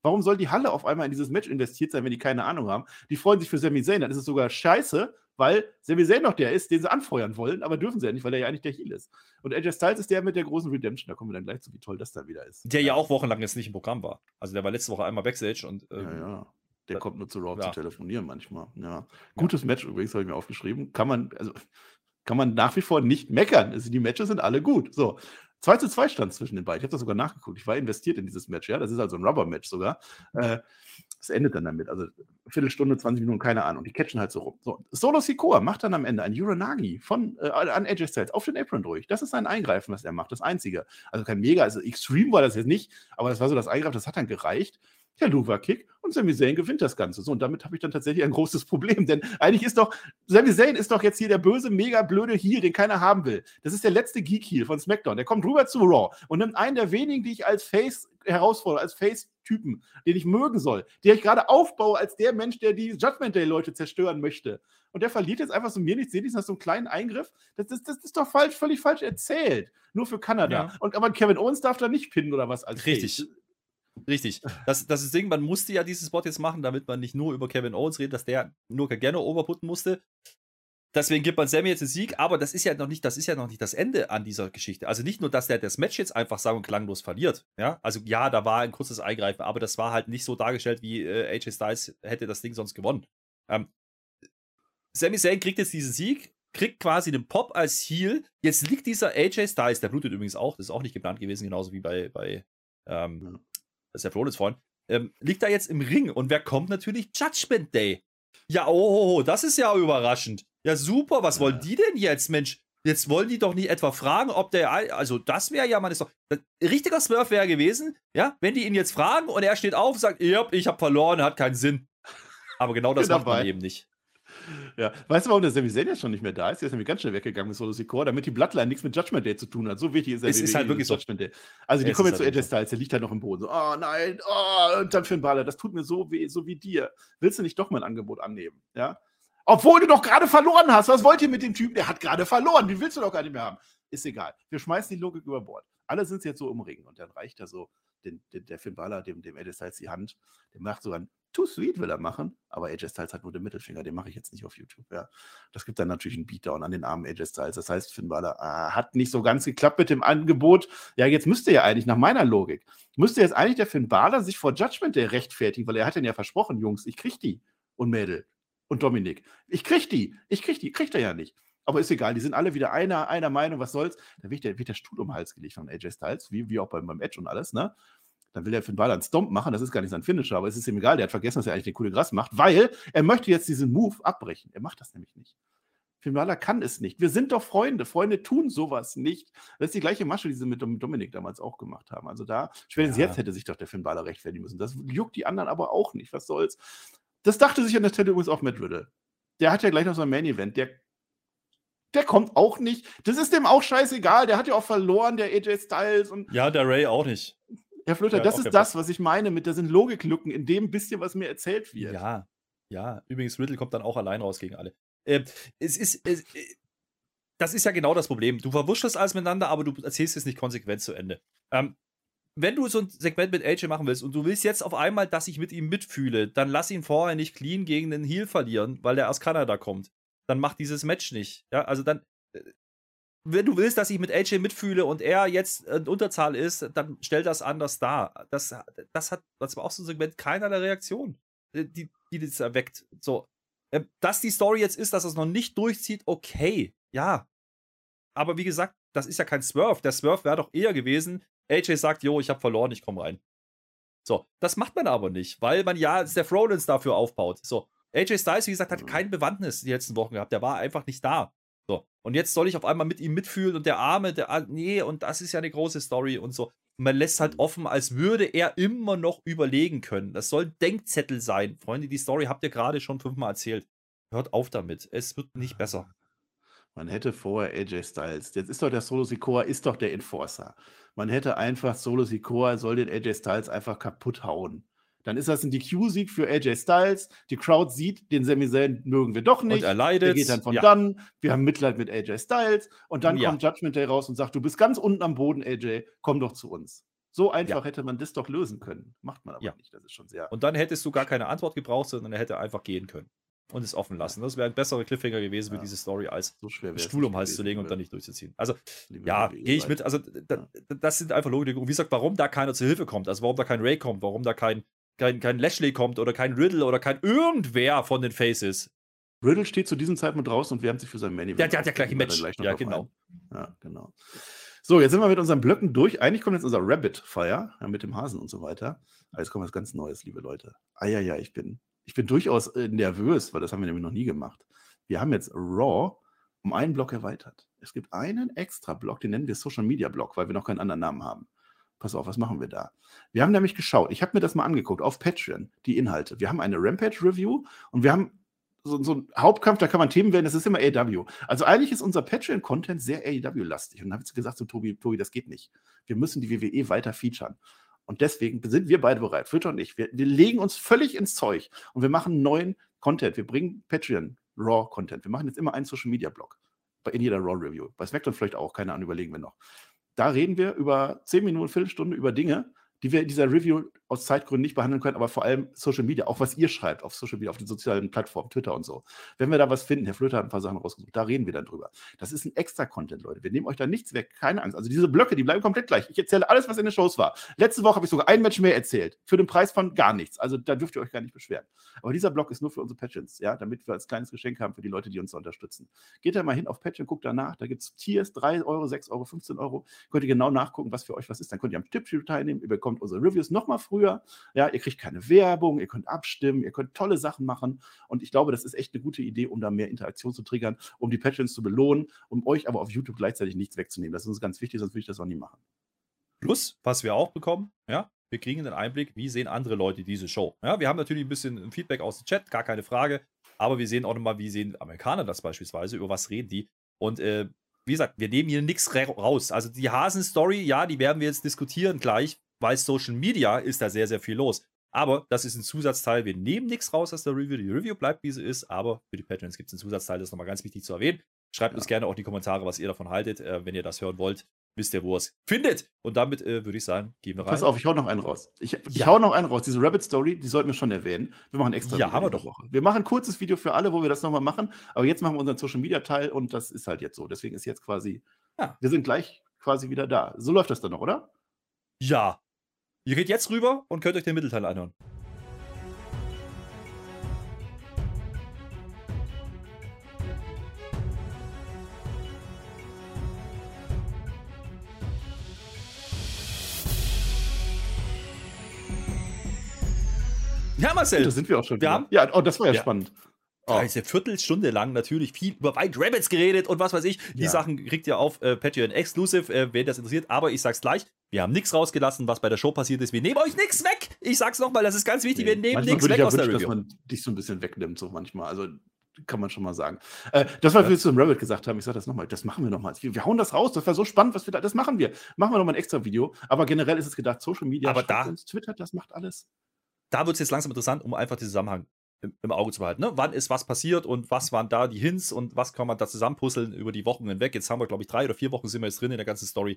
Warum soll die Halle auf einmal in dieses Match investiert sein, wenn die keine Ahnung haben? Die freuen sich für Sami Zayn, dann ist es sogar scheiße, weil Sami Zayn noch der ist, den sie anfeuern wollen, aber dürfen sie ja nicht, weil er ja eigentlich der Heel ist. Und AJ Styles ist der mit der großen Redemption, da kommen wir dann gleich zu, wie toll das dann wieder ist. Der ja auch wochenlang jetzt nicht im Programm war. Also der war letzte Woche einmal Backstage und ja. Der kommt nur zu Raw ja. zu telefonieren manchmal. Ja. Gutes Match übrigens, habe ich mir aufgeschrieben. Kann man nach wie vor nicht meckern. Also die Matches sind alle gut. So, 2:2 stand zwischen den beiden. Ich habe das sogar nachgeguckt. Ich war investiert in dieses Match. Ja, das ist also ein Rubber-Match sogar. Es endet dann damit. Also Viertelstunde, 20 Minuten, keine Ahnung. Die catchen halt so rum. So, Solo Sikoa macht dann am Ende ein Uranagi an AJ Styles auf den Apron durch. Das ist sein Eingreifen, was er macht. Das Einzige. Also kein Mega, also Extreme war das jetzt nicht, aber das war so das Eingreifen, das hat dann gereicht. Der Luva-Kick und Sami Zayn gewinnt das Ganze. So, und damit habe ich dann tatsächlich ein großes Problem, denn eigentlich ist doch, Sami Zayn ist doch jetzt hier der böse, mega blöde Heel, den keiner haben will. Das ist der letzte Geek-Heel von SmackDown. Der kommt rüber zu Raw und nimmt einen der wenigen, die ich als Face herausfordere, als Face-Typen, den ich mögen soll, der ich gerade aufbaue als der Mensch, der die Judgment Day-Leute zerstören möchte. Und der verliert jetzt einfach so mir nichts, seht ihr, das so einen kleinen Eingriff. Das ist doch völlig falsch erzählt. Nur für Kanada. Ja. Aber Kevin Owens darf da nicht pinnen oder was als Richtig. Face. Richtig. Das ist das Ding, man musste ja diesen Spot jetzt machen, damit man nicht nur über Kevin Owens redet, dass der nur Gargano overputten musste. Deswegen gibt man Sami jetzt den Sieg, aber das ist ja noch nicht das Ende an dieser Geschichte. Also nicht nur, dass der das Match jetzt einfach sang- und klanglos verliert. Ja? Also ja, da war ein kurzes Eingreifen, aber das war halt nicht so dargestellt, wie AJ Styles hätte das Ding sonst gewonnen. Sami Zayn kriegt jetzt diesen Sieg, kriegt quasi den Pop als Heel. Jetzt liegt dieser AJ Styles, der blutet übrigens auch, das ist auch nicht geplant gewesen, genauso wie bei das ist der Rollins Freund, liegt da jetzt im Ring. Und wer kommt natürlich? Judgment Day. Ja, oh, das ist ja überraschend. Ja, super, was wollen die denn jetzt, Mensch? Jetzt wollen die doch nicht etwa fragen, ob der, also das wäre ja mal, richtiger Swerve wäre gewesen, ja, wenn die ihn jetzt fragen und er steht auf und sagt, ich habe verloren, hat keinen Sinn. Aber genau das macht man eben nicht. Ja, weißt du, warum der Sami Zayn jetzt schon nicht mehr da ist? Der ist nämlich ganz schnell weggegangen mit Solo Sikoa, damit die Bloodline nichts mit Judgment Day zu tun hat. So wichtig ist Es ist halt wirklich so. Judgment Day. Also die kommen jetzt zu AJ Styles, der liegt halt noch im Boden. So, oh nein, und dann Finn Balor, das tut mir so weh, so wie dir. Willst du nicht doch mein Angebot annehmen? Ja? Obwohl du doch gerade verloren hast. Was wollt ihr mit dem Typen? Der hat gerade verloren. Den willst du doch gar nicht mehr haben. Ist egal. Wir schmeißen die Logik über Bord. Alle sind jetzt so im Ring. Und dann reicht er so der Finn Balor, dem AJ Styles die Hand. Der macht sogar ein Too Sweet will er machen, aber AJ Styles hat nur den Mittelfinger, den mache ich jetzt nicht auf YouTube. Ja. Das gibt dann natürlich einen Beatdown an den armen AJ Styles. Das heißt, Finn Balor hat nicht so ganz geklappt mit dem Angebot. Ja, jetzt müsste ja eigentlich, nach meiner Logik, müsste jetzt eigentlich der Finn Balor sich vor Judgment Day rechtfertigen, weil er hat ja versprochen, Jungs, ich krieg die und Mädel und Dominik. Ich krieg die, kriegt er ja nicht. Aber ist egal, die sind alle wieder einer Meinung, was soll's. Da wird der Stuhl um den Hals gelegt von AJ Styles, wie auch beim Edge und alles, ne? Dann will er Finn Balor einen Stomp machen, das ist gar nicht sein Finisher, aber es ist ihm egal, der hat vergessen, dass er eigentlich den Coup de Grâce macht, weil er möchte jetzt diesen Move abbrechen. Er macht das nämlich nicht. Finn Balor kann es nicht. Wir sind doch Freunde. Freunde tun sowas nicht. Das ist die gleiche Masche, die sie mit Dominik damals auch gemacht haben. Also da, spätestens jetzt hätte sich doch der Finn Balor rechtfertigen müssen. Das juckt die anderen aber auch nicht. Was soll's? Das dachte sich an der Stelle übrigens auch Matt Riddle. Der hat ja gleich noch so ein Main-Event. Der kommt auch nicht. Das ist dem auch scheißegal. Der hat ja auch verloren, der AJ Styles. Und ja, der Ray auch nicht. Herr Flöter, das ist das, was ich meine mit, da sind Logiklücken in dem bisschen, was mir erzählt wird. Ja. Übrigens, Riddle kommt dann auch allein raus gegen alle. Das ist ja genau das Problem. Du verwurschtelst alles miteinander, aber du erzählst es nicht konsequent zu Ende. Wenn du so ein Segment mit AJ machen willst und du willst jetzt auf einmal, dass ich mit ihm mitfühle, dann lass ihn vorher nicht clean gegen den Heel verlieren, weil der aus Kanada kommt. Dann mach dieses Match nicht. Ja, also dann... Wenn du willst, dass ich mit AJ mitfühle und er jetzt in Unterzahl ist, dann stell das anders dar. Das war auch so ein Segment keinerlei Reaktion, die das erweckt. So, dass die Story jetzt ist, dass es noch nicht durchzieht, okay, ja. Aber wie gesagt, das ist ja kein Swerve. Der Swerve wäre doch eher gewesen, AJ sagt, jo, ich habe verloren, ich komme rein. So, das macht man aber nicht, weil man ja Seth Rollins dafür aufbaut. So, AJ Styles, wie gesagt, hat keine Bewandtnis die letzten Wochen gehabt. Der war einfach nicht da. So, und jetzt soll ich auf einmal mit ihm mitfühlen und der Arme, nee, und das ist ja eine große Story und so. Und man lässt halt offen, als würde er immer noch überlegen können. Das soll ein Denkzettel sein. Freunde, die Story habt ihr gerade schon 5-mal erzählt. Hört auf damit. Es wird nicht besser. Man hätte vorher AJ Styles. Jetzt ist doch der Solo Sikoa, ist doch der Enforcer. Man hätte einfach Solo Sikoa, soll den AJ Styles einfach kaputt hauen. Dann ist das ein DQ-Sieg für AJ Styles. Die Crowd sieht, den Sami Zayn mögen wir doch nicht. Und er leidet. Der geht dann von dann. Wir haben Mitleid mit AJ Styles. Und dann kommt Judgment Day raus und sagt, du bist ganz unten am Boden, AJ, komm doch zu uns. So einfach hätte man das doch lösen können. Macht man aber nicht. Das ist schon sehr. Und dann hättest du gar keine Antwort gebraucht, sondern er hätte einfach gehen können und es offen lassen. Das wäre ein besserer Cliffhanger gewesen für diese Story, als so schwer einen Stuhl um den Hals zu legen und dann nicht durchzuziehen. Also, gehe ich mit. Also, das sind einfach Logik. Und wie gesagt, warum da keiner zur Hilfe kommt, also warum da kein Ray kommt, warum da kein Lashley kommt oder kein Riddle oder kein irgendwer von den Faces. Riddle steht zu diesem Zeitpunkt draußen und wärmt sich für sein Main Event. Der hat ja gleich ein Match. Ja, genau. Ja, genau. So, jetzt sind wir mit unseren Blöcken durch. Eigentlich kommt jetzt unser Rabbit Fire mit dem Hasen und so weiter. Aber jetzt kommt was ganz Neues, liebe Leute. Ja, ich bin durchaus nervös, weil das haben wir nämlich noch nie gemacht. Wir haben jetzt Raw um einen Block erweitert. Es gibt einen extra Block, den nennen wir Social Media Block, weil wir noch keinen anderen Namen haben. Pass auf, was machen wir da? Wir haben nämlich geschaut, ich habe mir das mal angeguckt auf Patreon, die Inhalte. Wir haben eine Rampage-Review und wir haben so ein Hauptkampf, da kann man Themen wählen, das ist immer AEW. Also eigentlich ist unser Patreon-Content sehr AEW-lastig. Und dann habe ich gesagt zu Tobi, das geht nicht. Wir müssen die WWE weiter featuren. Und deswegen sind wir beide bereit, Flitter und ich. Wir legen uns völlig ins Zeug und wir machen neuen Content. Wir bringen Patreon Raw-Content. Wir machen jetzt immer einen Social-Media-Blog in jeder Raw-Review. Bei SmackDown vielleicht auch, keine Ahnung, überlegen wir noch. Da reden wir über 10 Minuten, Viertelstunde über Dinge, die wir in dieser Review aus Zeitgründen nicht behandeln können, aber vor allem Social Media, auch was ihr schreibt auf Social Media, auf den sozialen Plattformen, Twitter und so. Wenn wir da was finden, Herr Flöter hat ein paar Sachen rausgesucht, da reden wir dann drüber. Das ist ein extra Content, Leute. Wir nehmen euch da nichts weg, keine Angst. Also diese Blöcke, die bleiben komplett gleich. Ich erzähle alles, was in den Shows war. Letzte Woche habe ich sogar ein Match mehr erzählt, für den Preis von gar nichts. Also da dürft ihr euch gar nicht beschweren. Aber dieser Block ist nur für unsere Patrons, ja, damit wir als kleines Geschenk haben für die Leute, die uns da unterstützen. Geht da mal hin auf Patreon, guckt danach, da gibt es Tiers, 3 Euro, 6 Euro, 15 Euro. Könnt ihr genau nachgucken, was für euch was ist. Dann könnt ihr am Tippspiel teilnehmen, ihr bekommt unsere Reviews nochmal früher. Ja, ihr kriegt keine Werbung, ihr könnt abstimmen, ihr könnt tolle Sachen machen. Und ich glaube, das ist echt eine gute Idee, um da mehr Interaktion zu triggern, um die Patrons zu belohnen, um euch aber auf YouTube gleichzeitig nichts wegzunehmen. Das ist uns ganz wichtig, sonst würde ich das auch nie machen. Plus, was wir auch bekommen, ja, wir kriegen einen Einblick, wie sehen andere Leute diese Show. Ja, wir haben natürlich ein bisschen Feedback aus dem Chat, gar keine Frage. Aber wir sehen auch nochmal, wie sehen Amerikaner das beispielsweise, über was reden die. Und wie gesagt, wir nehmen hier nichts raus. Also die Hasen-Story, ja, die werden wir jetzt diskutieren gleich, weil Social Media ist da sehr, sehr viel los. Aber das ist ein Zusatzteil. Wir nehmen nichts raus aus der Review. Die Review bleibt, wie sie ist. Aber für die Patrons gibt es einen Zusatzteil. Das ist nochmal ganz wichtig zu erwähnen. Schreibt uns gerne auch in die Kommentare, was ihr davon haltet. Wenn ihr das hören wollt, wisst ihr, wo ihr es findet. Und damit würde ich sagen, gehen wir rein. Pass auf, ich hau noch einen raus. Ich hau noch einen raus. Diese Rabbit-Story, die sollten wir schon erwähnen. Wir machen extra. Ja, haben wir doch. Wir machen ein kurzes Video für alle, wo wir das nochmal machen. Aber jetzt machen wir unseren Social-Media-Teil und das ist halt jetzt so. Deswegen ist jetzt quasi, wir sind gleich quasi wieder da. So läuft das dann noch, oder? Ja. Ihr geht jetzt rüber und könnt euch den Mittelteil anhören. Ja, Marcel. Da sind wir auch schon. Ja, das war ja spannend. Eine Viertelstunde lang natürlich viel über White Rabbits geredet und was weiß ich. Die Sachen kriegt ihr auf Patreon Exclusive, wen das interessiert. Aber ich sag's gleich, wir haben nichts rausgelassen, was bei der Show passiert ist. Wir nehmen euch nichts weg. Ich sag's nochmal, das ist ganz wichtig. Wir nehmen nichts weg aus der Review. Dass man dich so ein bisschen wegnimmt, so manchmal. Also kann man schon mal sagen. Das, was wir zu dem Rabbit gesagt haben, ich sage das nochmal, das machen wir nochmal. Wir hauen das raus, das war so spannend, was wir da, das machen wir. Machen wir nochmal ein extra Video. Aber generell ist es gedacht, Social Media, aber da, Twitter, das macht alles. Da wird es jetzt langsam interessant, um einfach den Zusammenhang im Auge zu behalten. Ne? Wann ist was passiert und was waren da die Hints und was kann man da zusammenpuzzeln über die Wochen hinweg. Jetzt haben wir, glaube ich, 3 oder 4 Wochen sind wir jetzt drin in der ganzen Story.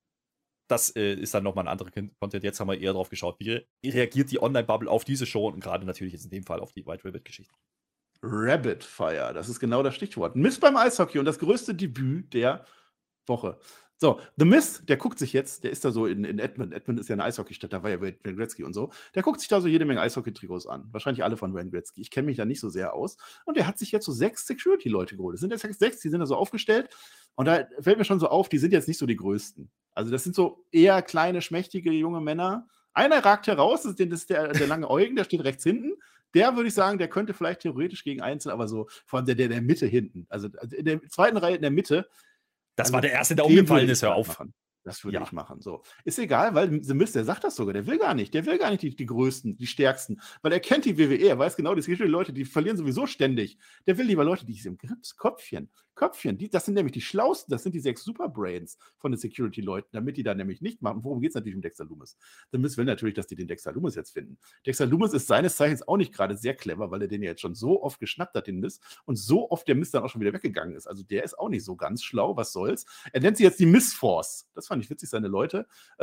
Das ist dann nochmal ein anderer Content. Jetzt haben wir eher drauf geschaut, wie reagiert die Online-Bubble auf diese Show und gerade natürlich jetzt in dem Fall auf die White Rabbit-Geschichte. Rabbit Fire, das ist genau das Stichwort. Mist beim Eishockey und das größte Debüt der Woche. So, The Miz, der guckt sich jetzt, der ist da so in Edmond. Edmond ist ja eine Eishockeystadt, da war ja Wayne Gretzky und so. Der guckt sich da so jede Menge Eishockey-Trikots an. Wahrscheinlich alle von Wayne Gretzky. Ich kenne mich da nicht so sehr aus. Und der hat sich jetzt so 6 Security-Leute geholt. Das sind jetzt 6, die sind da so aufgestellt. Und da fällt mir schon so auf, die sind jetzt nicht so die größten. Also das sind so eher kleine, schmächtige, junge Männer. Einer ragt heraus, das ist der lange Eugen, der steht rechts hinten. Der würde ich sagen, der könnte vielleicht theoretisch gegen einzeln, aber so vor allem der Mitte hinten. Also in der zweiten Reihe in der Mitte. Das war der erste, der umgefallen ist, hör auf. Das würde ich machen. So. Ist egal, weil The Miz, der sagt das sogar, der will gar nicht die Größten, die Stärksten, weil er kennt die WWE, er weiß genau, das gibt Leute, die verlieren sowieso ständig. Der will lieber Leute, die im Grips, Köpfchen, das sind nämlich die Schlausten, das sind die 6 Superbrains von den Security-Leuten, damit die da nämlich nicht machen. Worum geht es natürlich um Dexter Lumis? The Miz will natürlich, dass die den Dexter Lumis jetzt finden. Dexter Lumis ist seines Zeichens auch nicht gerade sehr clever, weil er den ja jetzt schon so oft geschnappt hat, den Miz, und so oft der Miz dann auch schon wieder weggegangen ist. Also der ist auch nicht so ganz schlau, was soll's. Er nennt sie jetzt die Miz Force. Das fand ich witzig, seine Leute.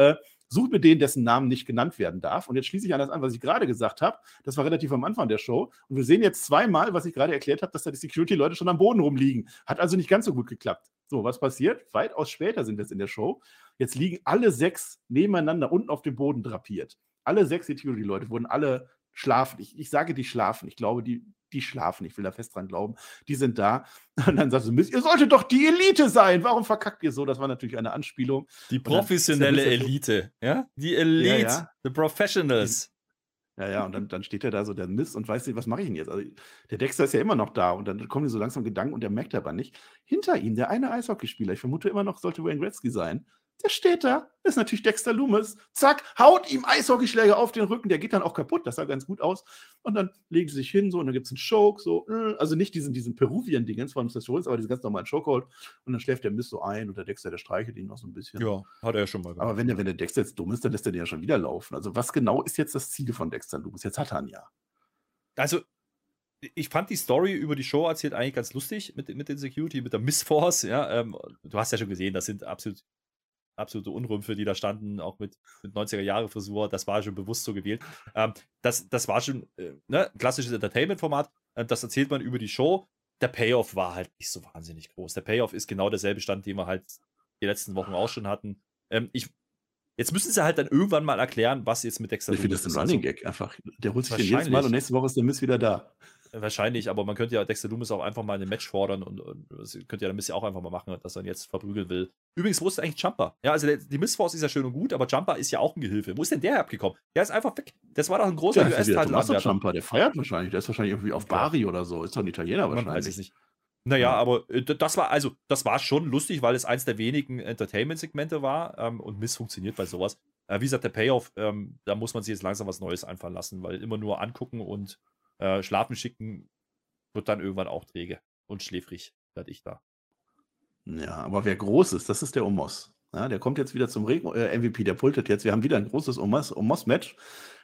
such mir den, dessen Namen nicht genannt werden darf. Und jetzt schließe ich an das an, was ich gerade gesagt habe. Das war relativ am Anfang der Show. Und wir sehen jetzt zweimal, was ich gerade erklärt habe, dass da die Security-Leute schon am Boden rumliegen. Hat also nicht ganz so gut geklappt. So, was passiert? Weitaus später sind wir jetzt in der Show. Jetzt liegen alle 6 nebeneinander unten auf dem Boden drapiert. Alle 6 Security-Leute wurden alle schlafen. Ich sage, die schlafen. Ich glaube, die schlafen. Ich will da fest dran glauben. Die sind da. Und dann sagst du, ihr solltet doch die Elite sein. Warum verkackt ihr so? Das war natürlich eine Anspielung. Die professionelle Elite. Ja? Die Elite. Ja. The Professionals. Ja, und dann steht er da so, der Mist, und weiß nicht, was mache ich denn jetzt? Also, der Dexter ist ja immer noch da, und dann kommen die so langsam Gedanken, und der merkt aber nicht. Hinter ihm, der eine Eishockeyspieler, ich vermute immer noch, sollte Wayne Gretzky sein, der steht da, das ist natürlich Dexter Loomis, zack, haut ihm Eishockeyschläger auf den Rücken, der geht dann auch kaputt, das sah ganz gut aus, und dann legen sie sich hin, so, und dann gibt es einen Choke, so, also nicht diesen Peruvian-Dingens von Seth Rollins, aber diesen ganz normalen Chokehold, und dann schläft der Mist so ein, und der Dexter, der streichelt ihn noch so ein bisschen. Ja, hat er ja schon mal gemacht. Aber wenn der Dexter jetzt dumm ist, dann lässt er den ja schon wieder laufen. Also was genau ist jetzt das Ziel von Dexter Loomis? Jetzt hat er ihn ja. Also, ich fand die Story über die Show erzählt eigentlich ganz lustig mit den Security, mit der Miss Force, ja, du hast ja schon gesehen, das sind absolute Unrümpfe, die da standen, auch mit 90er-Jahre-Frisur, das war schon bewusst so gewählt. Das war schon klassisches Entertainment-Format, das erzählt man über die Show. Der Payoff war halt nicht so wahnsinnig groß. Der Payoff ist genau derselbe Stand, den wir halt die letzten Wochen auch schon hatten. Jetzt müssen sie halt dann irgendwann mal erklären, was jetzt mit Dexter Loomis ist. Ich finde das ein Running Gag einfach. Der holt sich den jedes Mal und nächste Woche ist der Mist wieder da. Wahrscheinlich, aber man könnte ja Dexter Loomis auch einfach mal in ein Match fordern und das könnte ja der Mist ja auch einfach mal machen, dass er ihn jetzt verprügeln will. Übrigens, wo ist eigentlich Jumper? Ja, also die Mistforce ist ja schön und gut, aber Jumper ist ja auch ein Gehilfe. Wo ist denn der abgekommen? Der ist einfach weg. Das war doch ein großer US-Titel. Jumper, der feiert wahrscheinlich. Der ist wahrscheinlich irgendwie auf Bari oder so. Ist doch ein Italiener wahrscheinlich. Man weiß es nicht. Naja, aber das war schon lustig, weil es eins der wenigen Entertainment-Segmente war und Miss funktioniert bei sowas. Wie gesagt, der Payoff, da muss man sich jetzt langsam was Neues einfallen lassen, weil immer nur angucken und schlafen schicken wird dann irgendwann auch träge und schläfrig, werde ich da. Ja, aber wer groß ist, das ist der Omos. Ja, der kommt jetzt wieder zum MVP, der pultet jetzt. Wir haben wieder ein großes Omos-Match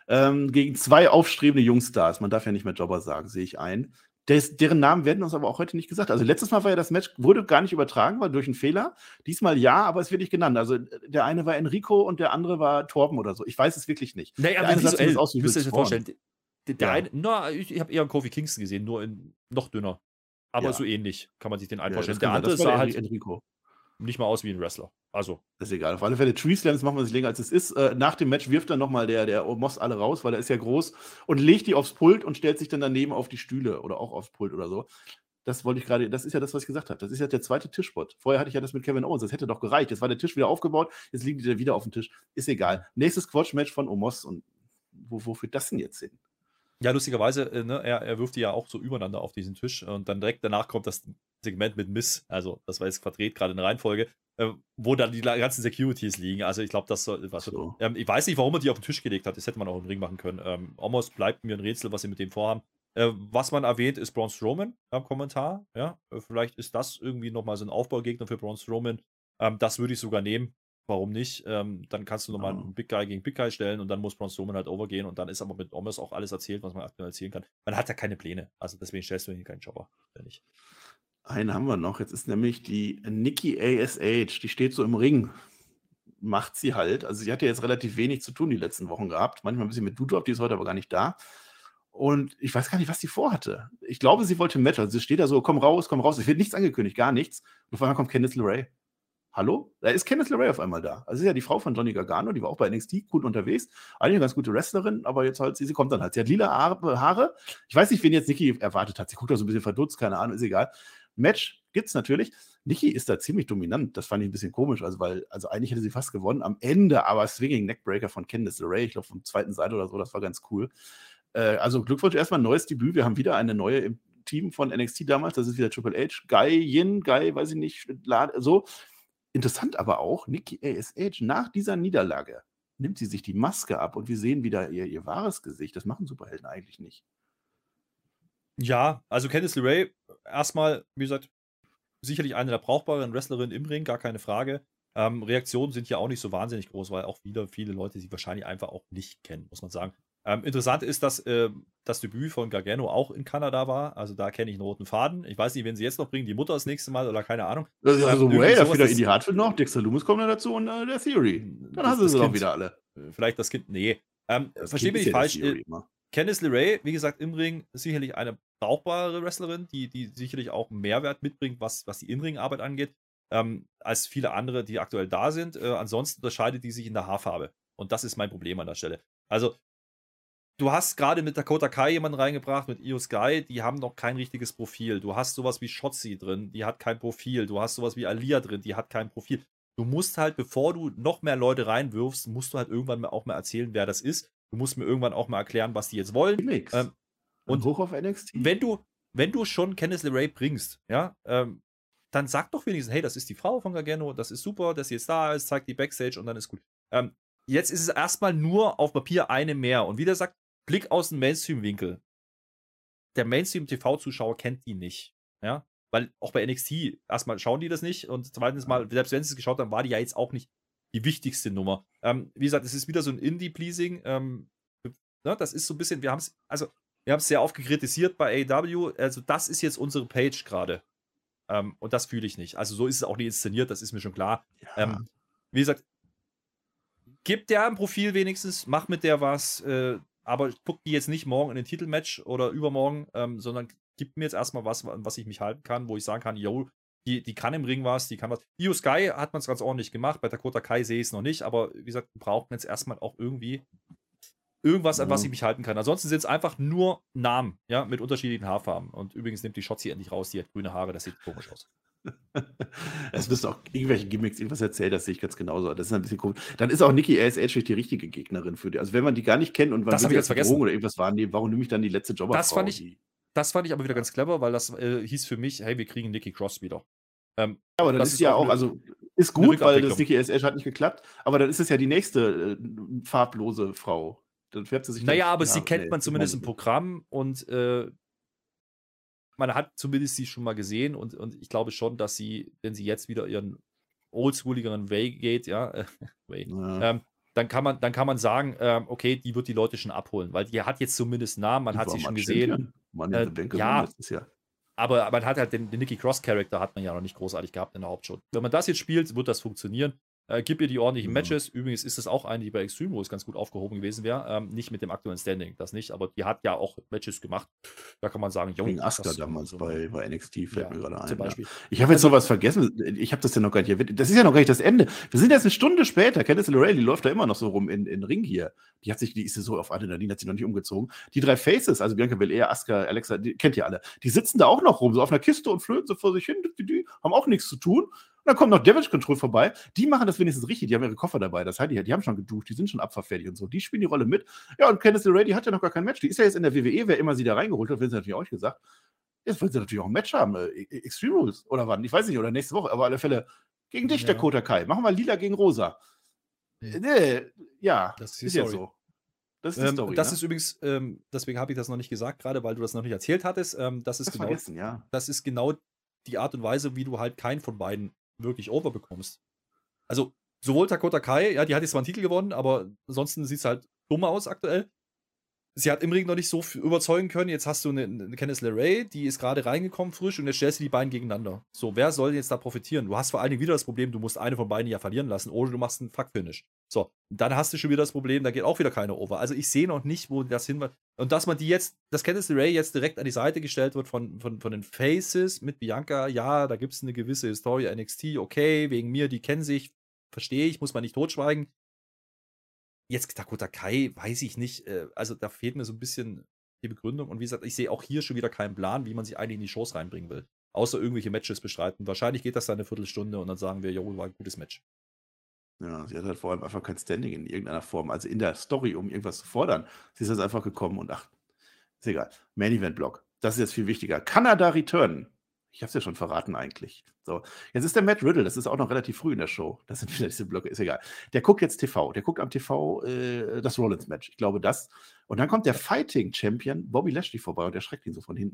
gegen 2 aufstrebende Jungstars. Man darf ja nicht mehr Jobber sagen, sehe ich ein. Deren Namen werden uns aber auch heute nicht gesagt. Also letztes Mal war ja das Match, wurde gar nicht übertragen, war durch einen Fehler. Diesmal ja, aber es wird nicht genannt. Also der eine war Enrico und der andere war Torben oder so. Ich weiß es wirklich nicht. Naja, aber visuell, müsst ihr euch vorstellen. Der eine, ich habe eher einen Kofi Kingston gesehen, nur in noch dünner. Aber so ähnlich kann man sich den einen vorstellen. Der andere sah halt Enrico nicht mal aus wie ein Wrestler. Also. Das ist egal. Auf alle Fälle, Tree Slams machen wir sich länger als es ist. Nach dem Match wirft dann nochmal der Omos alle raus, weil er ist ja groß, und legt die aufs Pult und stellt sich dann daneben auf die Stühle oder auch aufs Pult oder so. Das wollte ich gerade, das ist ja das, was ich gesagt habe. Das ist ja der zweite Tischspot. Vorher hatte ich ja das mit Kevin Owens, das hätte doch gereicht. Jetzt war der Tisch wieder aufgebaut, jetzt liegen die wieder auf dem Tisch. Ist egal. Nächstes Quatsch-Match von Omos, und wo führt das denn jetzt hin? Ja, lustigerweise, er wirft die ja auch so übereinander auf diesen Tisch, und dann direkt danach kommt das Segment mit Miss, also das war jetzt verdreht gerade in der Reihenfolge, wo dann die ganzen Securities liegen. Also ich glaube, das soll was. So. Ich weiß nicht, warum er die auf den Tisch gelegt hat. Das hätte man auch im Ring machen können. Omos bleibt mir ein Rätsel, was sie mit dem vorhaben. Was man erwähnt, ist Braun Strowman am Kommentar. Ja, vielleicht ist das irgendwie nochmal so ein Aufbaugegner für Braun Strowman. Das würde ich sogar nehmen. Warum nicht? Dann kannst du nochmal einen Big Guy gegen Big Guy stellen, und dann muss Braun Strowman halt overgehen, und dann ist aber mit Omos auch alles erzählt, was man aktuell erzählen kann. Man hat ja keine Pläne. Also deswegen stellst du hier keinen Jobber. Nicht. Einen haben wir noch. Jetzt ist nämlich die Nikki ASH. Die steht so im Ring. Macht sie halt. Also sie hat ja jetzt relativ wenig zu tun die letzten Wochen gehabt. Manchmal ein bisschen mit Doudrop, die ist heute aber gar nicht da. Und ich weiß gar nicht, was sie vorhatte. Ich glaube, sie wollte ein Match. Also sie steht da so, komm raus, komm raus. Es wird nichts angekündigt, gar nichts. Und auf einmal kommt Candice LeRae. Hallo? Da ist Candice LeRae auf einmal da. Also sie ist ja die Frau von Johnny Gargano, die war auch bei NXT gut unterwegs. Eigentlich eine ganz gute Wrestlerin, aber jetzt halt, sie kommt dann halt. Sie hat lila Haare. Ich weiß nicht, wen jetzt Nikki erwartet hat. Sie guckt da so ein bisschen verdutzt, keine Ahnung, ist egal. Match gibt's natürlich. Nikki ist da ziemlich dominant. Das fand ich ein bisschen komisch, also eigentlich hätte sie fast gewonnen. Am Ende aber Swinging Neckbreaker von Candice LeRae, ich glaube vom zweiten Seite oder so, das war ganz cool. Also Glückwunsch, erstmal ein neues Debüt. Wir haben wieder eine neue im Team von NXT damals. Das ist wieder Triple H. Guy, weiß ich nicht, so. Interessant aber auch, Nikki ASH, nach dieser Niederlage nimmt sie sich die Maske ab und wir sehen wieder ihr wahres Gesicht. Das machen Superhelden eigentlich nicht. Ja, also Candice LeRae, erstmal, wie gesagt, sicherlich eine der brauchbaren Wrestlerinnen im Ring, gar keine Frage. Reaktionen sind ja auch nicht so wahnsinnig groß, weil auch wieder viele Leute sie wahrscheinlich einfach auch nicht kennen, muss man sagen. Interessant ist, dass das Debüt von Gargano auch in Kanada war. Also da kenne ich einen roten Faden. Ich weiß nicht, wen sie jetzt noch bringen, die Mutter das nächste Mal oder keine Ahnung. Also irgendwie Ray, da sowas, wieder das- in die Hartfield noch, Dexter Loomis kommt dann dazu und der Theory. Dann hast du sie doch Kind. wieder alle. Vielleicht das Kind. Nee. Das Versteh Kind mich ist nicht ja falsch. der Theory immer. Candice LeRae, wie gesagt, im Ring sicherlich eine brauchbare Wrestlerin, die sicherlich auch einen Mehrwert mitbringt, was die In-Ring-Arbeit angeht, als viele andere, die aktuell da sind. Ansonsten unterscheidet die sich in der Haarfarbe. Und das ist mein Problem an der Stelle. Also, du hast gerade mit Dakota Kai jemanden reingebracht, mit Io Sky, die haben noch kein richtiges Profil. Du hast sowas wie Shotzi drin, die hat kein Profil. Du hast sowas wie Aliyah drin, die hat kein Profil. Du musst halt, bevor du noch mehr Leute reinwirfst, musst du halt irgendwann auch mal erzählen, wer das ist. Du musst mir irgendwann auch mal erklären, was die jetzt wollen. Mix. Und hoch auf NXT. wenn du schon Candice LeRae bringst, ja, dann sag doch wenigstens, hey, das ist die Frau von Gargano, das ist super, dass sie jetzt da ist, zeigt die Backstage und dann ist gut. Jetzt ist es erstmal nur auf Papier eine mehr. Und wie der sagt, Blick aus dem Mainstream-Winkel. Der Mainstream-TV-Zuschauer kennt die nicht. Ja? Weil auch bei NXT, erstmal schauen die das nicht und zweitens mal, selbst wenn sie es geschaut haben, war die ja jetzt auch nicht die wichtigste Nummer. Wie gesagt, es ist wieder so ein Indie-Pleasing. Das ist so ein bisschen, wir haben es sehr oft kritisiert bei AEW. Also, das ist jetzt unsere Page gerade. Und das fühle ich nicht. Also, so ist es auch nicht inszeniert, das ist mir schon klar. Ja. Wie gesagt, gib der ein Profil wenigstens, mach mit der was, aber guck die jetzt nicht morgen in ein Titelmatch oder übermorgen, sondern gib mir jetzt erstmal was, an was ich mich halten kann, wo ich sagen kann, yo, die kann im Ring was, die kann was. Io Sky hat man es ganz ordentlich gemacht, bei Dakota Kai sehe ich es noch nicht, aber wie gesagt, wir brauchen jetzt erstmal auch irgendwie irgendwas, an was ich mich halten kann. Ansonsten sind es einfach nur Namen, ja, mit unterschiedlichen Haarfarben. Und übrigens nimmt die Shotzi endlich raus, die hat grüne Haare, das sieht komisch aus. Es müsste auch irgendwelche Gimmicks, irgendwas erzählt, das sehe ich ganz genauso. Das ist ein bisschen komisch. Dann ist auch Nikki ASH die richtige Gegnerin für die. Also wenn man die gar nicht kennt und man Das hab ich jetzt vergessen. Drohung oder irgendwas wahrnehmen, warum nehme ich dann die letzte Jobberfrau? Das fand ich aber wieder ganz clever, weil das hieß für mich, hey, wir kriegen Nikki Cross wieder. Aber dann ist ja auch, also ist gut, weil das Nikki ASH hat nicht geklappt, aber dann ist es ja die nächste farblose Frau. Dann färbt sie sich. Naja, aber sie kennt man zumindest im Programm und man hat zumindest sie schon mal gesehen und ich glaube schon, dass sie, wenn sie jetzt wieder ihren oldschooligeren Way geht, ja, dann kann man sagen, okay, die wird die Leute schon abholen, weil die hat jetzt zumindest einen Namen, man hat sie schon gesehen. Aber man hat halt den Nikki Cross-Charakter hat man ja noch nicht großartig gehabt in der Hauptshow. Wenn man das jetzt spielt, wird das funktionieren. Gib ihr die ordentlichen Matches. Übrigens ist das auch eine, die bei Extreme Rules ganz gut aufgehoben gewesen wäre. Nicht mit dem aktuellen Standing, das nicht, aber die hat ja auch Matches gemacht. Da kann man sagen, gegen Asuka damals so bei NXT fällt mir gerade ein. Zum Beispiel. Ja. Ich habe jetzt sowas vergessen. Ich habe das ja noch gar nicht. Das ist ja noch gar nicht das Ende. Wir sind jetzt eine Stunde später. Candice LeRae, die läuft da immer noch so rum in Ring hier. Die ist so auf Adrenalin, hat sie noch nicht umgezogen. Die drei Faces, also Bianca Belair, Asuka, Alexa, die kennt ihr alle. Die sitzen da auch noch rum, so auf einer Kiste und flöten so vor sich hin. Die haben auch nichts zu tun. Und dann kommt noch Damage Control vorbei. Die machen das wenigstens richtig. Die haben ihre Koffer dabei. Das heißt, die haben schon geduscht. Die sind schon abfahrfertig und so. Die spielen die Rolle mit. Ja, und Candice LeRae, die hat ja noch gar kein Match. Die ist ja jetzt in der WWE, wer immer sie da reingeholt hat, will sie natürlich auch nicht gesagt. Jetzt will sie natürlich auch ein Match haben. Extreme Rules oder wann? Ich weiß nicht. Oder nächste Woche. Aber auf alle Fälle gegen dich, Dakota Kai. Machen wir lila gegen rosa. Ja, das ist jetzt so. Das ist die Story. Das ist übrigens, deswegen habe ich das noch nicht gesagt, gerade weil du das noch nicht erzählt hattest. Das ist genau die Art und Weise, wie du halt keinen von beiden wirklich over bekommst. Also, sowohl Dakota Kai, ja, die hat jetzt zwar einen Titel gewonnen, aber ansonsten sieht es halt dumm aus aktuell. Sie hat im Ring noch nicht so überzeugen können. Jetzt hast du eine Candice LeRae, die ist gerade reingekommen frisch und jetzt stellst du die beiden gegeneinander. So, wer soll jetzt da profitieren? Du hast vor allen Dingen wieder das Problem, du musst eine von beiden ja verlieren lassen oder du machst einen Fuck-Finish. So, dann hast du schon wieder das Problem, da geht auch wieder keiner over. Also ich sehe noch nicht, wo das hin wird. Und dass Candice LeRae jetzt direkt an die Seite gestellt wird von den Faces mit Bianca, ja, da gibt es eine gewisse Historie NXT, okay, wegen mir, die kennen sich, verstehe ich, muss man nicht totschweigen. Jetzt Dakota Kai, weiß ich nicht. Also da fehlt mir so ein bisschen die Begründung. Und wie gesagt, ich sehe auch hier schon wieder keinen Plan, wie man sich eigentlich in die Shows reinbringen will. Außer irgendwelche Matches bestreiten. Wahrscheinlich geht das dann eine Viertelstunde und dann sagen wir, jo, war ein gutes Match. Ja, sie hat halt vor allem einfach kein Standing in irgendeiner Form. Also in der Story, um irgendwas zu fordern. Sie ist jetzt einfach gekommen und ist egal. Main Event Block. Das ist jetzt viel wichtiger. Kanada Return. Ich habe es ja schon verraten eigentlich. So, jetzt ist der Matt Riddle, das ist auch noch relativ früh in der Show. Das sind wieder diese Blöcke, ist egal. Der guckt jetzt TV. Der guckt am TV das Rollins-Match. Ich glaube das. Und dann kommt der Fighting-Champion Bobby Lashley vorbei und der schreckt ihn so von hinten.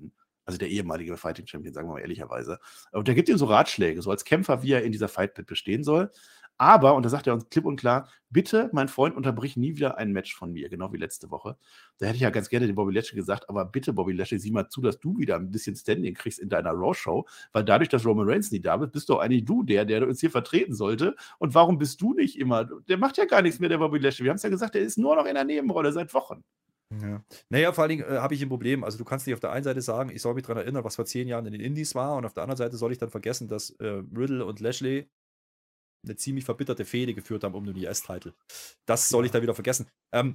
Also der ehemalige Fighting Champion, sagen wir mal ehrlicherweise. Und der gibt ihm so Ratschläge, so als Kämpfer, wie er in dieser Fight Pit bestehen soll. Aber, und da sagt er uns klipp und klar, bitte, mein Freund, unterbrich nie wieder ein Match von mir, genau wie letzte Woche. Da hätte ich ja ganz gerne dem Bobby Lashley gesagt, aber bitte, Bobby Lashley, sieh mal zu, dass du wieder ein bisschen Standing kriegst in deiner Raw-Show, weil dadurch, dass Roman Reigns nie da bist doch eigentlich du der uns hier vertreten sollte. Und warum bist du nicht immer? Der macht ja gar nichts mehr, der Bobby Lashley. Wir haben es ja gesagt, der ist nur noch in der Nebenrolle seit Wochen. Ja. Naja, vor allen Dingen habe ich ein Problem. Also, du kannst nicht auf der einen Seite sagen, ich soll mich daran erinnern, was vor 10 Jahren in den Indies war, und auf der anderen Seite soll ich dann vergessen, dass Riddle und Lashley eine ziemlich verbitterte Fehde geführt haben um den US-Title. Das soll ich dann wieder vergessen.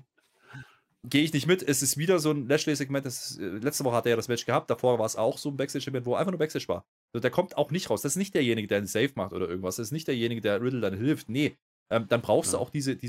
Gehe ich nicht mit. Es ist wieder so ein Lashley-Segment. Letzte Woche hat er ja das Match gehabt. Davor war es auch so ein Backstage-Segment, wo er einfach nur Backstage war. Also, der kommt auch nicht raus. Das ist nicht derjenige, der einen Save macht oder irgendwas. Das ist nicht derjenige, der Riddle dann hilft. Nee. Dann brauchst du auch diesen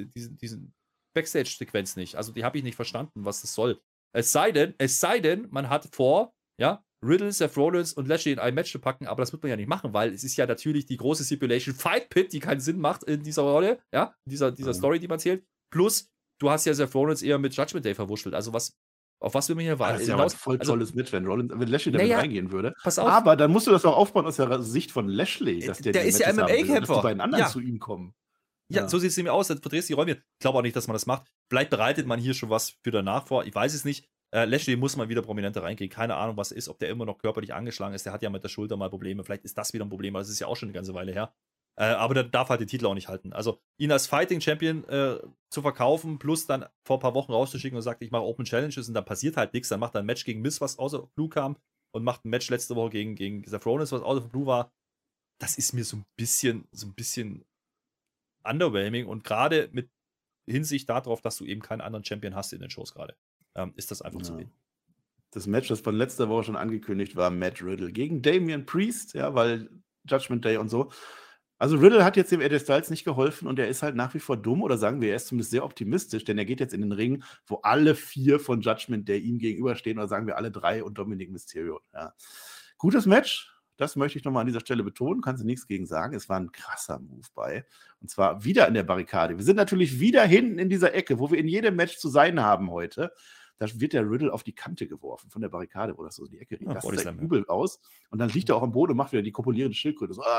Backstage-Sequenz nicht. Also die habe ich nicht verstanden, was das soll. Es sei denn, man hat vor, ja, Riddle, Seth Rollins und Lashley in ein Match zu packen, aber das wird man ja nicht machen, weil es ist ja natürlich die große Stipulation Fight Pit, die keinen Sinn macht in dieser Rolle, ja, in dieser Story, die man zählt. Plus, du hast ja Seth Rollins eher mit Judgment Day verwurschtelt. Also auf was will man hier warten? Das ist ja ein voll tolles Match, wenn Lashley damit reingehen würde. Pass auf. Aber dann musst du das auch aufbauen aus der Sicht von Lashley, dass der ist ja MMA-Kämpfer. Dass die beiden anderen zu ihm kommen. Ja, so sieht es nämlich aus, dann verdrehst du die Räume. Ich glaube auch nicht, dass man das macht. Vielleicht bereitet man hier schon was für danach vor. Ich weiß es nicht. Lashley muss mal wieder prominenter reingehen. Keine Ahnung, was ist, ob der immer noch körperlich angeschlagen ist. Der hat ja mit der Schulter mal Probleme. Vielleicht ist das wieder ein Problem, aber das ist ja auch schon eine ganze Weile her. Aber der darf halt den Titel auch nicht halten. Also ihn als Fighting Champion zu verkaufen, plus dann vor ein paar Wochen rauszuschicken und sagt, ich mache Open Challenges und dann passiert halt nichts. Dann macht er ein Match gegen Miz, was außer Blue kam, und macht ein Match letzte Woche gegen Seth Rollins, was außer Blue war. Das ist mir so ein bisschen underwhelming, und gerade mit Hinsicht darauf, dass du eben keinen anderen Champion hast in den Shows gerade, ist das einfach zu wenig. Das Match, das von letzter Woche schon angekündigt war, Matt Riddle gegen Damian Priest, ja, weil Judgment Day und so. Also Riddle hat jetzt dem AJ Styles nicht geholfen, und er ist halt nach wie vor dumm, oder sagen wir, er ist zumindest sehr optimistisch, denn er geht jetzt in den Ring, wo alle 4 von Judgment Day ihm gegenüberstehen, oder sagen wir alle 3 und Dominic Mysterio. Ja. Gutes Match. Das möchte ich nochmal an dieser Stelle betonen, kannst du nichts gegen sagen. Es war ein krasser Move bei. Und zwar wieder in der Barrikade. Wir sind natürlich wieder hinten in dieser Ecke, wo wir in jedem Match zu sein haben heute. Da wird der Riddle auf die Kante geworfen von der Barrikade, wo das so in die Ecke liegt. Das sieht übel aus. Und dann liegt er auch am Boden und macht wieder die kopulierende Schildkröte. So,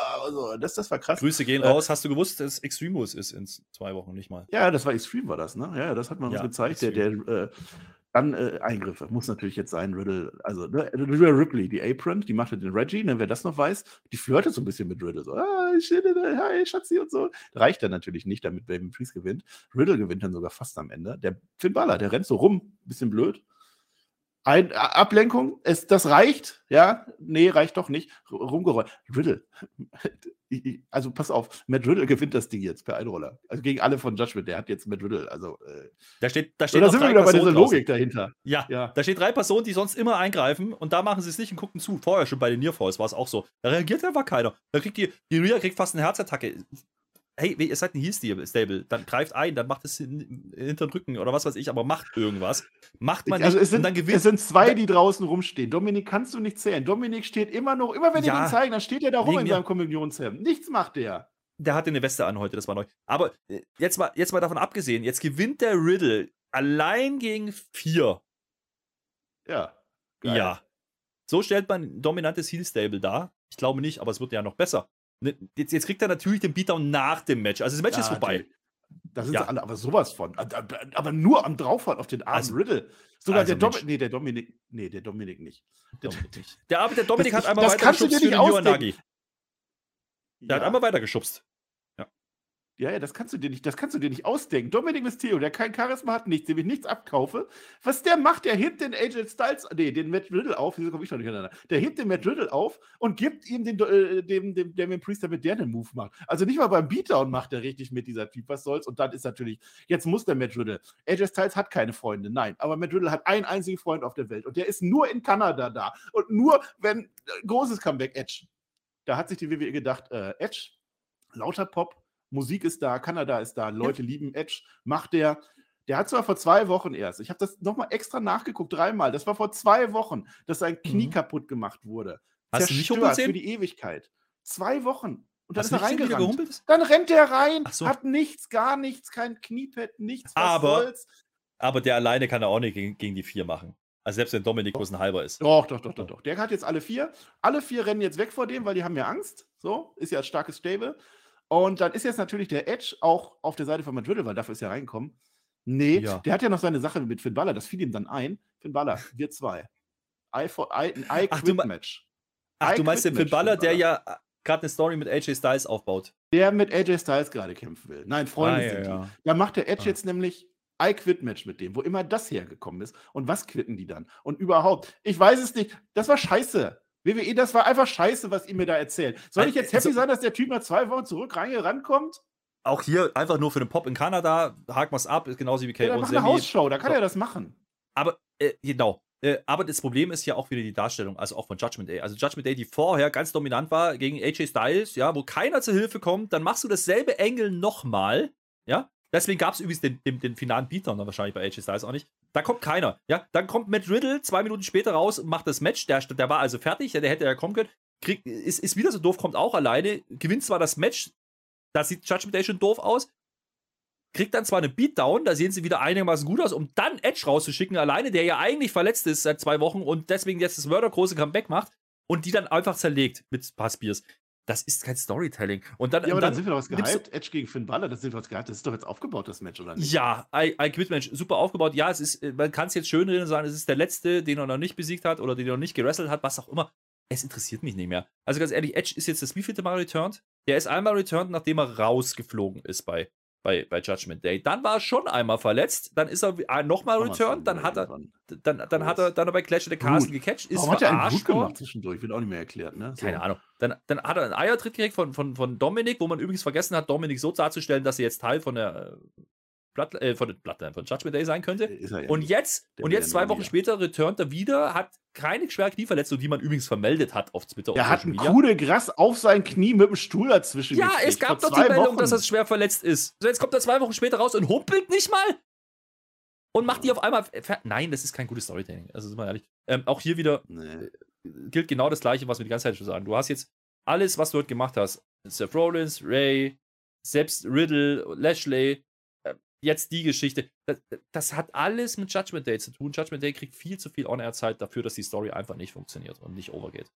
das war krass. Grüße gehen raus. Hast du gewusst, dass Extremus ist in 2 Wochen nicht mal? Ja, das war Extreme, war das, ne? Ja, das hat man uns gezeigt. Dann Eingriffe. Muss natürlich jetzt sein, Riddle, also Rhea Ripley, die Apron, die machte den Reggie, ne, wer das noch weiß, die flirtet so ein bisschen mit Riddle. So, hi, Schatzi und so. Reicht dann natürlich nicht, damit Baby Priest gewinnt. Riddle gewinnt dann sogar fast am Ende. Der Finn Balor, der rennt so rum, bisschen blöd. Ablenkung, das reicht, ja? Nee, reicht doch nicht. Rumgerollt. Riddle. Also pass auf, Matt Riddle gewinnt das Ding jetzt per Einroller. Also gegen alle von Judgment, der hat jetzt Matt Riddle. Also, da steht da sind wir wieder bei dieser Logik dahinter. Ja, da steht 3 Personen, die sonst immer eingreifen, und da machen sie es nicht und gucken zu. Vorher schon bei den Nearfalls war es auch so. Da reagiert einfach keiner. Da kriegt die Rhea kriegt fast eine Herzattacke. Hey, ihr seid ein Heel-Stable, dann greift ein, dann macht es hinter den Rücken oder was weiß ich, aber macht irgendwas. Macht man nicht, also und dann gewinnt. Es sind 2, die draußen rumstehen. Dominik kannst du nicht zählen. Dominik steht immer wenn die ihn zeigen, dann steht er da rum in seinem Kommunionshelm. Nichts macht der. Der hatte eine Weste an heute, das war neu. Aber jetzt mal davon abgesehen, jetzt gewinnt der Riddle allein gegen 4. Ja. Geil. Ja. So stellt man ein dominantes Heel-Stable dar. Ich glaube nicht, aber es wird ja noch besser. Jetzt kriegt er natürlich den Beatdown nach dem Match. Also das Match ist vorbei. Das sind alle, aber sowas von. Aber nur am Draufhauen auf den armen Riddle. Sogar der Dominik. Nee, der Dominik nicht. Der Dominik hat einmal weitergeschubst für den Yuanagi. Der hat einmal weitergeschubst. Ja, das kannst du dir nicht ausdenken. Dominic Mysterio, der kein Charisma hat, dem ich nichts abkaufe. Was der macht, der hebt den AJ Styles, den Matt Riddle auf, wieso komme ich noch nicht aneinander? Der hebt den Matt Riddle auf und gibt ihm dem Damien Priest, damit der den Move macht. Also nicht mal beim Beatdown macht er richtig mit, dieser Typ, was soll's. Und dann ist natürlich, jetzt muss der Matt Riddle. AJ Styles hat keine Freunde, nein. Aber Matt Riddle hat einen einzigen Freund auf der Welt. Und der ist nur in Kanada da. Und nur, wenn, großes Comeback, Edge. Da hat sich die WWE gedacht, Edge, lauter Pop, Musik ist da, Kanada ist da, Leute lieben Edge, macht der. Der hat zwar vor 2 Wochen erst, ich habe das nochmal extra nachgeguckt, 3-mal, das war vor 2 Wochen, dass sein Knie kaputt gemacht wurde. Hast du nicht humpeln sehen? Für die Ewigkeit. 2 Wochen. Und dann ist er reingerannt. Dann rennt er rein, hat nichts, gar nichts, kein Kniepad, nichts, was soll's. Aber der alleine kann er auch nicht gegen die 4 machen. Also selbst wenn Dominik bloß ein halber ist. Doch. Der hat jetzt alle 4. Alle 4 rennen jetzt weg vor dem, weil die haben ja Angst. So, ist ja ein starkes Stable. Und dann ist jetzt natürlich der Edge auch auf der Seite von Madrid, weil dafür ist er reingekommen. Nee, Ja. der hat ja noch seine Sache mit Finn Balor, das fiel ihm dann ein. Finn Balor, wir 2. I-Quit-Match. Ach, du meinst den Finn Balor, der ja gerade eine Story mit AJ Styles aufbaut. Der mit AJ Styles gerade kämpfen will. Nein, Freunde sind die. Da macht der Edge jetzt nämlich I-Quit-Match mit dem, wo immer das hergekommen ist. Und was quitten die dann? Und überhaupt, ich weiß es nicht, das war scheiße. WWE, das war einfach scheiße, was ihr mir da erzählt. Soll ich jetzt happy sein, dass der Typ nach 2 Wochen zurück rankommt? Auch hier einfach nur für den Pop in Kanada, haken wir es ab, ist genauso wie KO und Sammy. Eine Hausshow, da kann er das machen. Aber, genau. Aber das Problem ist ja auch wieder die Darstellung, also auch von Judgment Day. Also Judgment Day, die vorher ganz dominant war gegen AJ Styles, ja, wo keiner zur Hilfe kommt, dann machst du dasselbe Angle nochmal, ja. Deswegen gab es übrigens den finalen Beatdown dann wahrscheinlich bei AJ Styles auch nicht. Da kommt keiner, ja. Dann kommt Matt Riddle 2 Minuten später raus und macht das Match. Der war also fertig, der hätte ja kommen können. Ist wieder so doof, kommt auch alleine, gewinnt zwar das Match, da sieht Judgment Day schon doof aus, kriegt dann zwar eine Beatdown, da sehen sie wieder einigermaßen gut aus, um dann Edge rauszuschicken, alleine, der ja eigentlich verletzt ist seit 2 Wochen und deswegen jetzt das mördergroße Comeback macht und die dann einfach zerlegt mit ein paar Spears. Das ist kein Storytelling. Und dann, ja, aber dann sind wir doch was gehypt. Edge gegen Finn Balor, das sind wir was gehypt. Das ist doch jetzt aufgebaut, das Match, oder nicht? Ja, I-Quit-Match, super aufgebaut. Ja, es ist, man kann es jetzt schön reden und sagen, es ist der Letzte, den er noch nicht besiegt hat oder den er noch nicht gewrestelt hat, was auch immer. Es interessiert mich nicht mehr. Also ganz ehrlich, Edge ist jetzt das wievielte Mal returned? Der ist einmal returned, nachdem er rausgeflogen ist bei Judgment Day. Dann war er schon einmal verletzt, dann ist er nochmal returned, dann hat er bei Clash of the Castle gecatcht, ist hat er einen verarscht Blut gemacht zwischendurch? Wird auch nicht mehr erklärt, ne? So. Keine Ahnung. Dann hat er einen Eiertritt gekriegt von Dominik, wo man übrigens vergessen hat, Dominik so darzustellen, dass er jetzt Teil von der von Judgment Day sein könnte. Ja und jetzt 2 Wochen später returnt er wieder, hat keine schwere Knieverletzung, die man übrigens vermeldet hat auf Twitter. Er hat einen Coup de Grace auf sein Knie mit dem Stuhl dazwischen gekriegt. Ja, es gab doch die Meldung, dass er schwer verletzt ist. So, jetzt kommt er 2 Wochen später raus und humpelt nicht mal und macht die auf einmal. Nein, das ist kein gutes Storytelling. Also, sind wir ehrlich. Auch hier wieder gilt genau das Gleiche, was wir die ganze Zeit schon sagen. Du hast jetzt alles, was du dort gemacht hast. Seth Rollins, Ray, selbst Riddle, Lashley, jetzt die Geschichte. Das hat alles mit Judgment Day zu tun. Judgment Day kriegt viel zu viel On-Air-Zeit dafür, dass die Story einfach nicht funktioniert und nicht overgeht.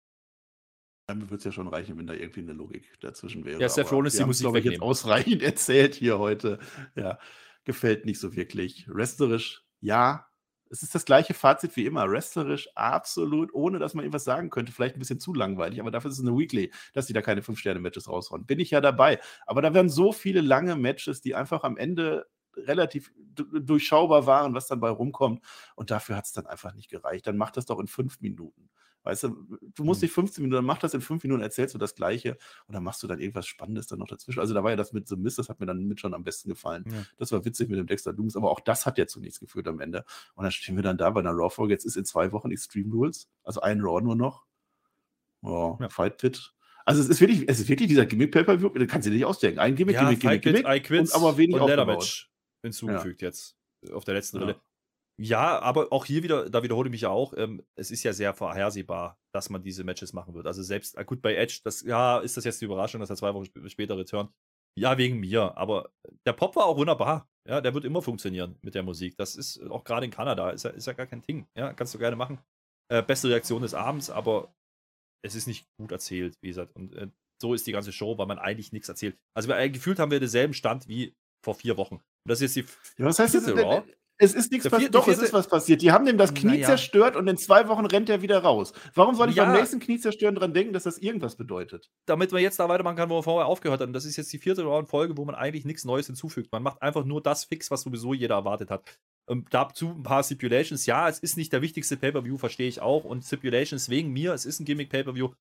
Dann wird es ja schon reichen, wenn da irgendwie eine Logik dazwischen wäre. Ja, Seth Rollins die Musik wegnehmen. Jetzt ausreichend erzählt hier heute. Ja, gefällt nicht so wirklich. Wrestlerisch, ja. Es ist das gleiche Fazit wie immer. Wrestlerisch absolut, ohne dass man irgendwas sagen könnte. Vielleicht ein bisschen zu langweilig, aber dafür ist es eine Weekly, dass die da keine 5-Sterne-Matches raushauen. Bin ich ja dabei. Aber da werden so viele lange Matches, die einfach am Ende relativ durchschaubar waren, was dann bei rumkommt. Und dafür hat es dann einfach nicht gereicht. Dann mach das doch in 5 Minuten. Weißt du musst nicht 15 Minuten, dann mach das in 5 Minuten, erzählst du das Gleiche und dann machst du dann irgendwas Spannendes dann noch dazwischen. Also da war ja das mit The Mist, das hat mir dann mit schon am besten gefallen. Ja. Das war witzig mit dem Dexter Loomis, aber auch das hat ja zu nichts geführt am Ende. Und dann stehen wir dann da bei einer Raw-Folge, jetzt ist in 2 Wochen Extreme Rules, also ein Raw nur noch. Oh, ja. Fight Pit. Also es ist wirklich dieser Gimmick-Pay-Per-View, das kannst du dir nicht ausdenken. Ein Gimmick, Gimmick, und aber wenig und Leather-Match hinzugefügt jetzt auf der letzten Rille. Ja, aber auch hier wieder, da wiederhole ich mich ja auch, es ist ja sehr vorhersehbar, dass man diese Matches machen wird. Also selbst, gut, bei Edge, ist das jetzt die Überraschung, dass er 2 Wochen später returnt? Ja, wegen mir, aber der Pop war auch wunderbar. Ja, der wird immer funktionieren mit der Musik. Das ist auch gerade in Kanada, ist ja gar kein Ding. Ja, kannst du gerne machen. Beste Reaktion des Abends, aber es ist nicht gut erzählt, wie gesagt. Und so ist die ganze Show, weil man eigentlich nichts erzählt. Also gefühlt haben wir denselben Stand wie vor 4 Wochen. Und das ist jetzt die was heißt das? Es ist nichts passiert. Doch, es ist was passiert. Die haben dem das Knie zerstört und in 2 Wochen rennt er wieder raus. Warum soll ich beim nächsten Knie zerstören dran denken, dass das irgendwas bedeutet? Damit man jetzt da weitermachen kann, wo wir vorher aufgehört haben. Das ist jetzt die 4. Folge, wo man eigentlich nichts Neues hinzufügt. Man macht einfach nur das fix, was sowieso jeder erwartet hat. Dazu ein paar Stipulations. Ja, es ist nicht der wichtigste Pay-Per-View, verstehe ich auch. Und Stipulations wegen mir, es ist ein Gimmick-Pay-Per-View.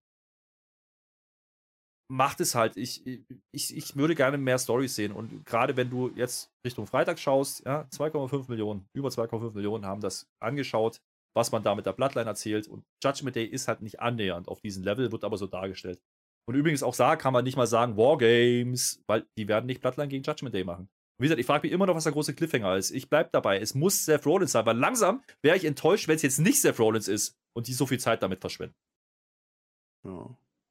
Macht es halt. Ich würde gerne mehr Storys sehen. Und gerade wenn du jetzt Richtung Freitag schaust, ja, 2,5 Millionen, über 2,5 Millionen haben das angeschaut, was man da mit der Bloodline erzählt. Und Judgment Day ist halt nicht annähernd auf diesem Level, wird aber so dargestellt. Und übrigens auch da kann man nicht mal sagen Wargames, weil die werden nicht Bloodline gegen Judgment Day machen. Wie gesagt, ich frage mich immer noch, was der große Cliffhanger ist. Ich bleibe dabei. Es muss Seth Rollins sein, weil langsam wäre ich enttäuscht, wenn es jetzt nicht Seth Rollins ist und die so viel Zeit damit verschwenden. Ja.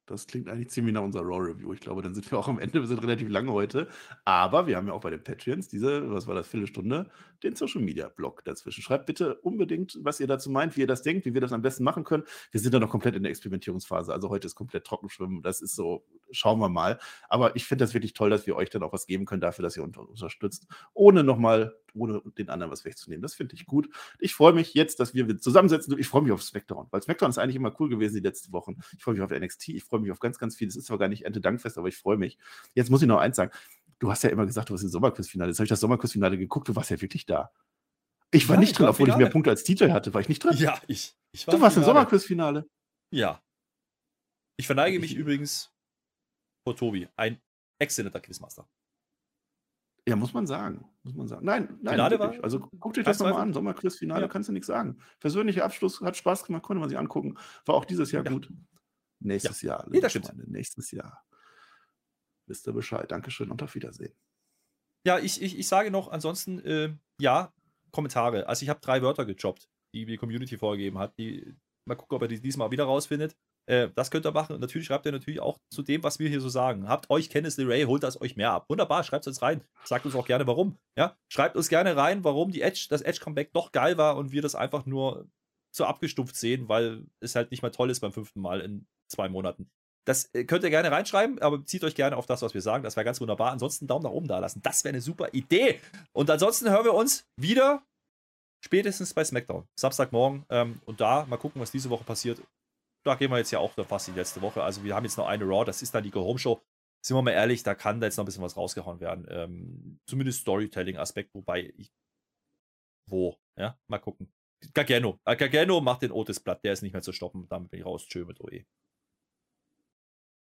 Das klingt eigentlich ziemlich nach unserer Raw-Review. Ich glaube, dann sind wir auch am Ende. Wir sind relativ lange heute. Aber wir haben ja auch bei den Patreons diese, was war das, Viertelstunde, den Social-Media-Blog dazwischen. Schreibt bitte unbedingt, was ihr dazu meint, wie ihr das denkt, wie wir das am besten machen können. Wir sind da noch komplett in der Experimentierungsphase. Also heute ist komplett Trockenschwimmen. Das ist so, schauen wir mal. Aber ich finde das wirklich toll, dass wir euch dann auch was geben können dafür, dass ihr uns unterstützt, ohne den anderen was wegzunehmen. Das finde ich gut. Ich freue mich jetzt, dass wir zusammensetzen. Ich freue mich auf SmackDown, weil SmackDown ist eigentlich immer cool gewesen die letzten Wochen. Ich freue mich auf NXT, ich freue mich auf ganz, ganz viel. Das ist zwar gar nicht Erntedankfest, aber ich freue mich. Jetzt muss ich noch eins sagen. Du hast ja immer gesagt, du warst im Sommerquiz-Finale. Jetzt habe ich das Sommerquiz-Finale geguckt, du warst ja wirklich da. Ich war Ja, nicht ich drin, war im obwohl ich mehr Finale. Punkte als TJ hatte. War ich nicht drin? Ja, ich war Du warst im Finale. Sommerquiz-Finale. Ja. Ich verneige mich übrigens vor Tobi. Ein exzellenter Quizmaster. Ja, muss man sagen. Nein, Finale wirklich. war Also guckt euch kein das nochmal Zweifel. an. Sommerquiz-Finale, Ja. kannst du nichts sagen. Persönlicher Abschluss, hat Spaß gemacht, konnte man sich angucken. War auch dieses Jahr Ja. gut. Nächstes Jahr. Nee, das stimmt. Nächstes Jahr. Wisst ihr Bescheid. Dankeschön und auf Wiedersehen. Ja, ich sage noch, ansonsten, ja, Kommentare. Also ich habe 3 Wörter gejobbt, die die Community vorgegeben hat. Mal gucken, ob er die diesmal wieder rausfindet. Das könnt ihr machen. Und natürlich schreibt ihr natürlich auch zu dem, was wir hier so sagen. Habt euch Candice LeRae, holt das euch mehr ab. Wunderbar, schreibt es uns rein. Sagt uns auch gerne, warum. Ja? Schreibt uns gerne rein, warum das Edge-Comeback doch geil war und wir das einfach nur so abgestumpft sehen, weil es halt nicht mehr toll ist beim 5. Mal in 2 Monaten. Das könnt ihr gerne reinschreiben, aber bezieht euch gerne auf das, was wir sagen. Das wäre ganz wunderbar. Ansonsten Daumen nach oben da lassen. Das wäre eine super Idee. Und ansonsten hören wir uns wieder spätestens bei SmackDown. Samstagmorgen. Und da mal gucken, was diese Woche passiert. Da gehen wir jetzt ja auch fast die letzte Woche. Also wir haben jetzt noch eine Raw. Das ist dann die Go-Home-Show. Sind wir mal ehrlich, da kann da jetzt noch ein bisschen was rausgehauen werden. Zumindest Storytelling-Aspekt, wobei ja, mal gucken. Gargano macht den Otis platt. Der ist nicht mehr zu stoppen. Damit bin ich raus. Tschö mit OE.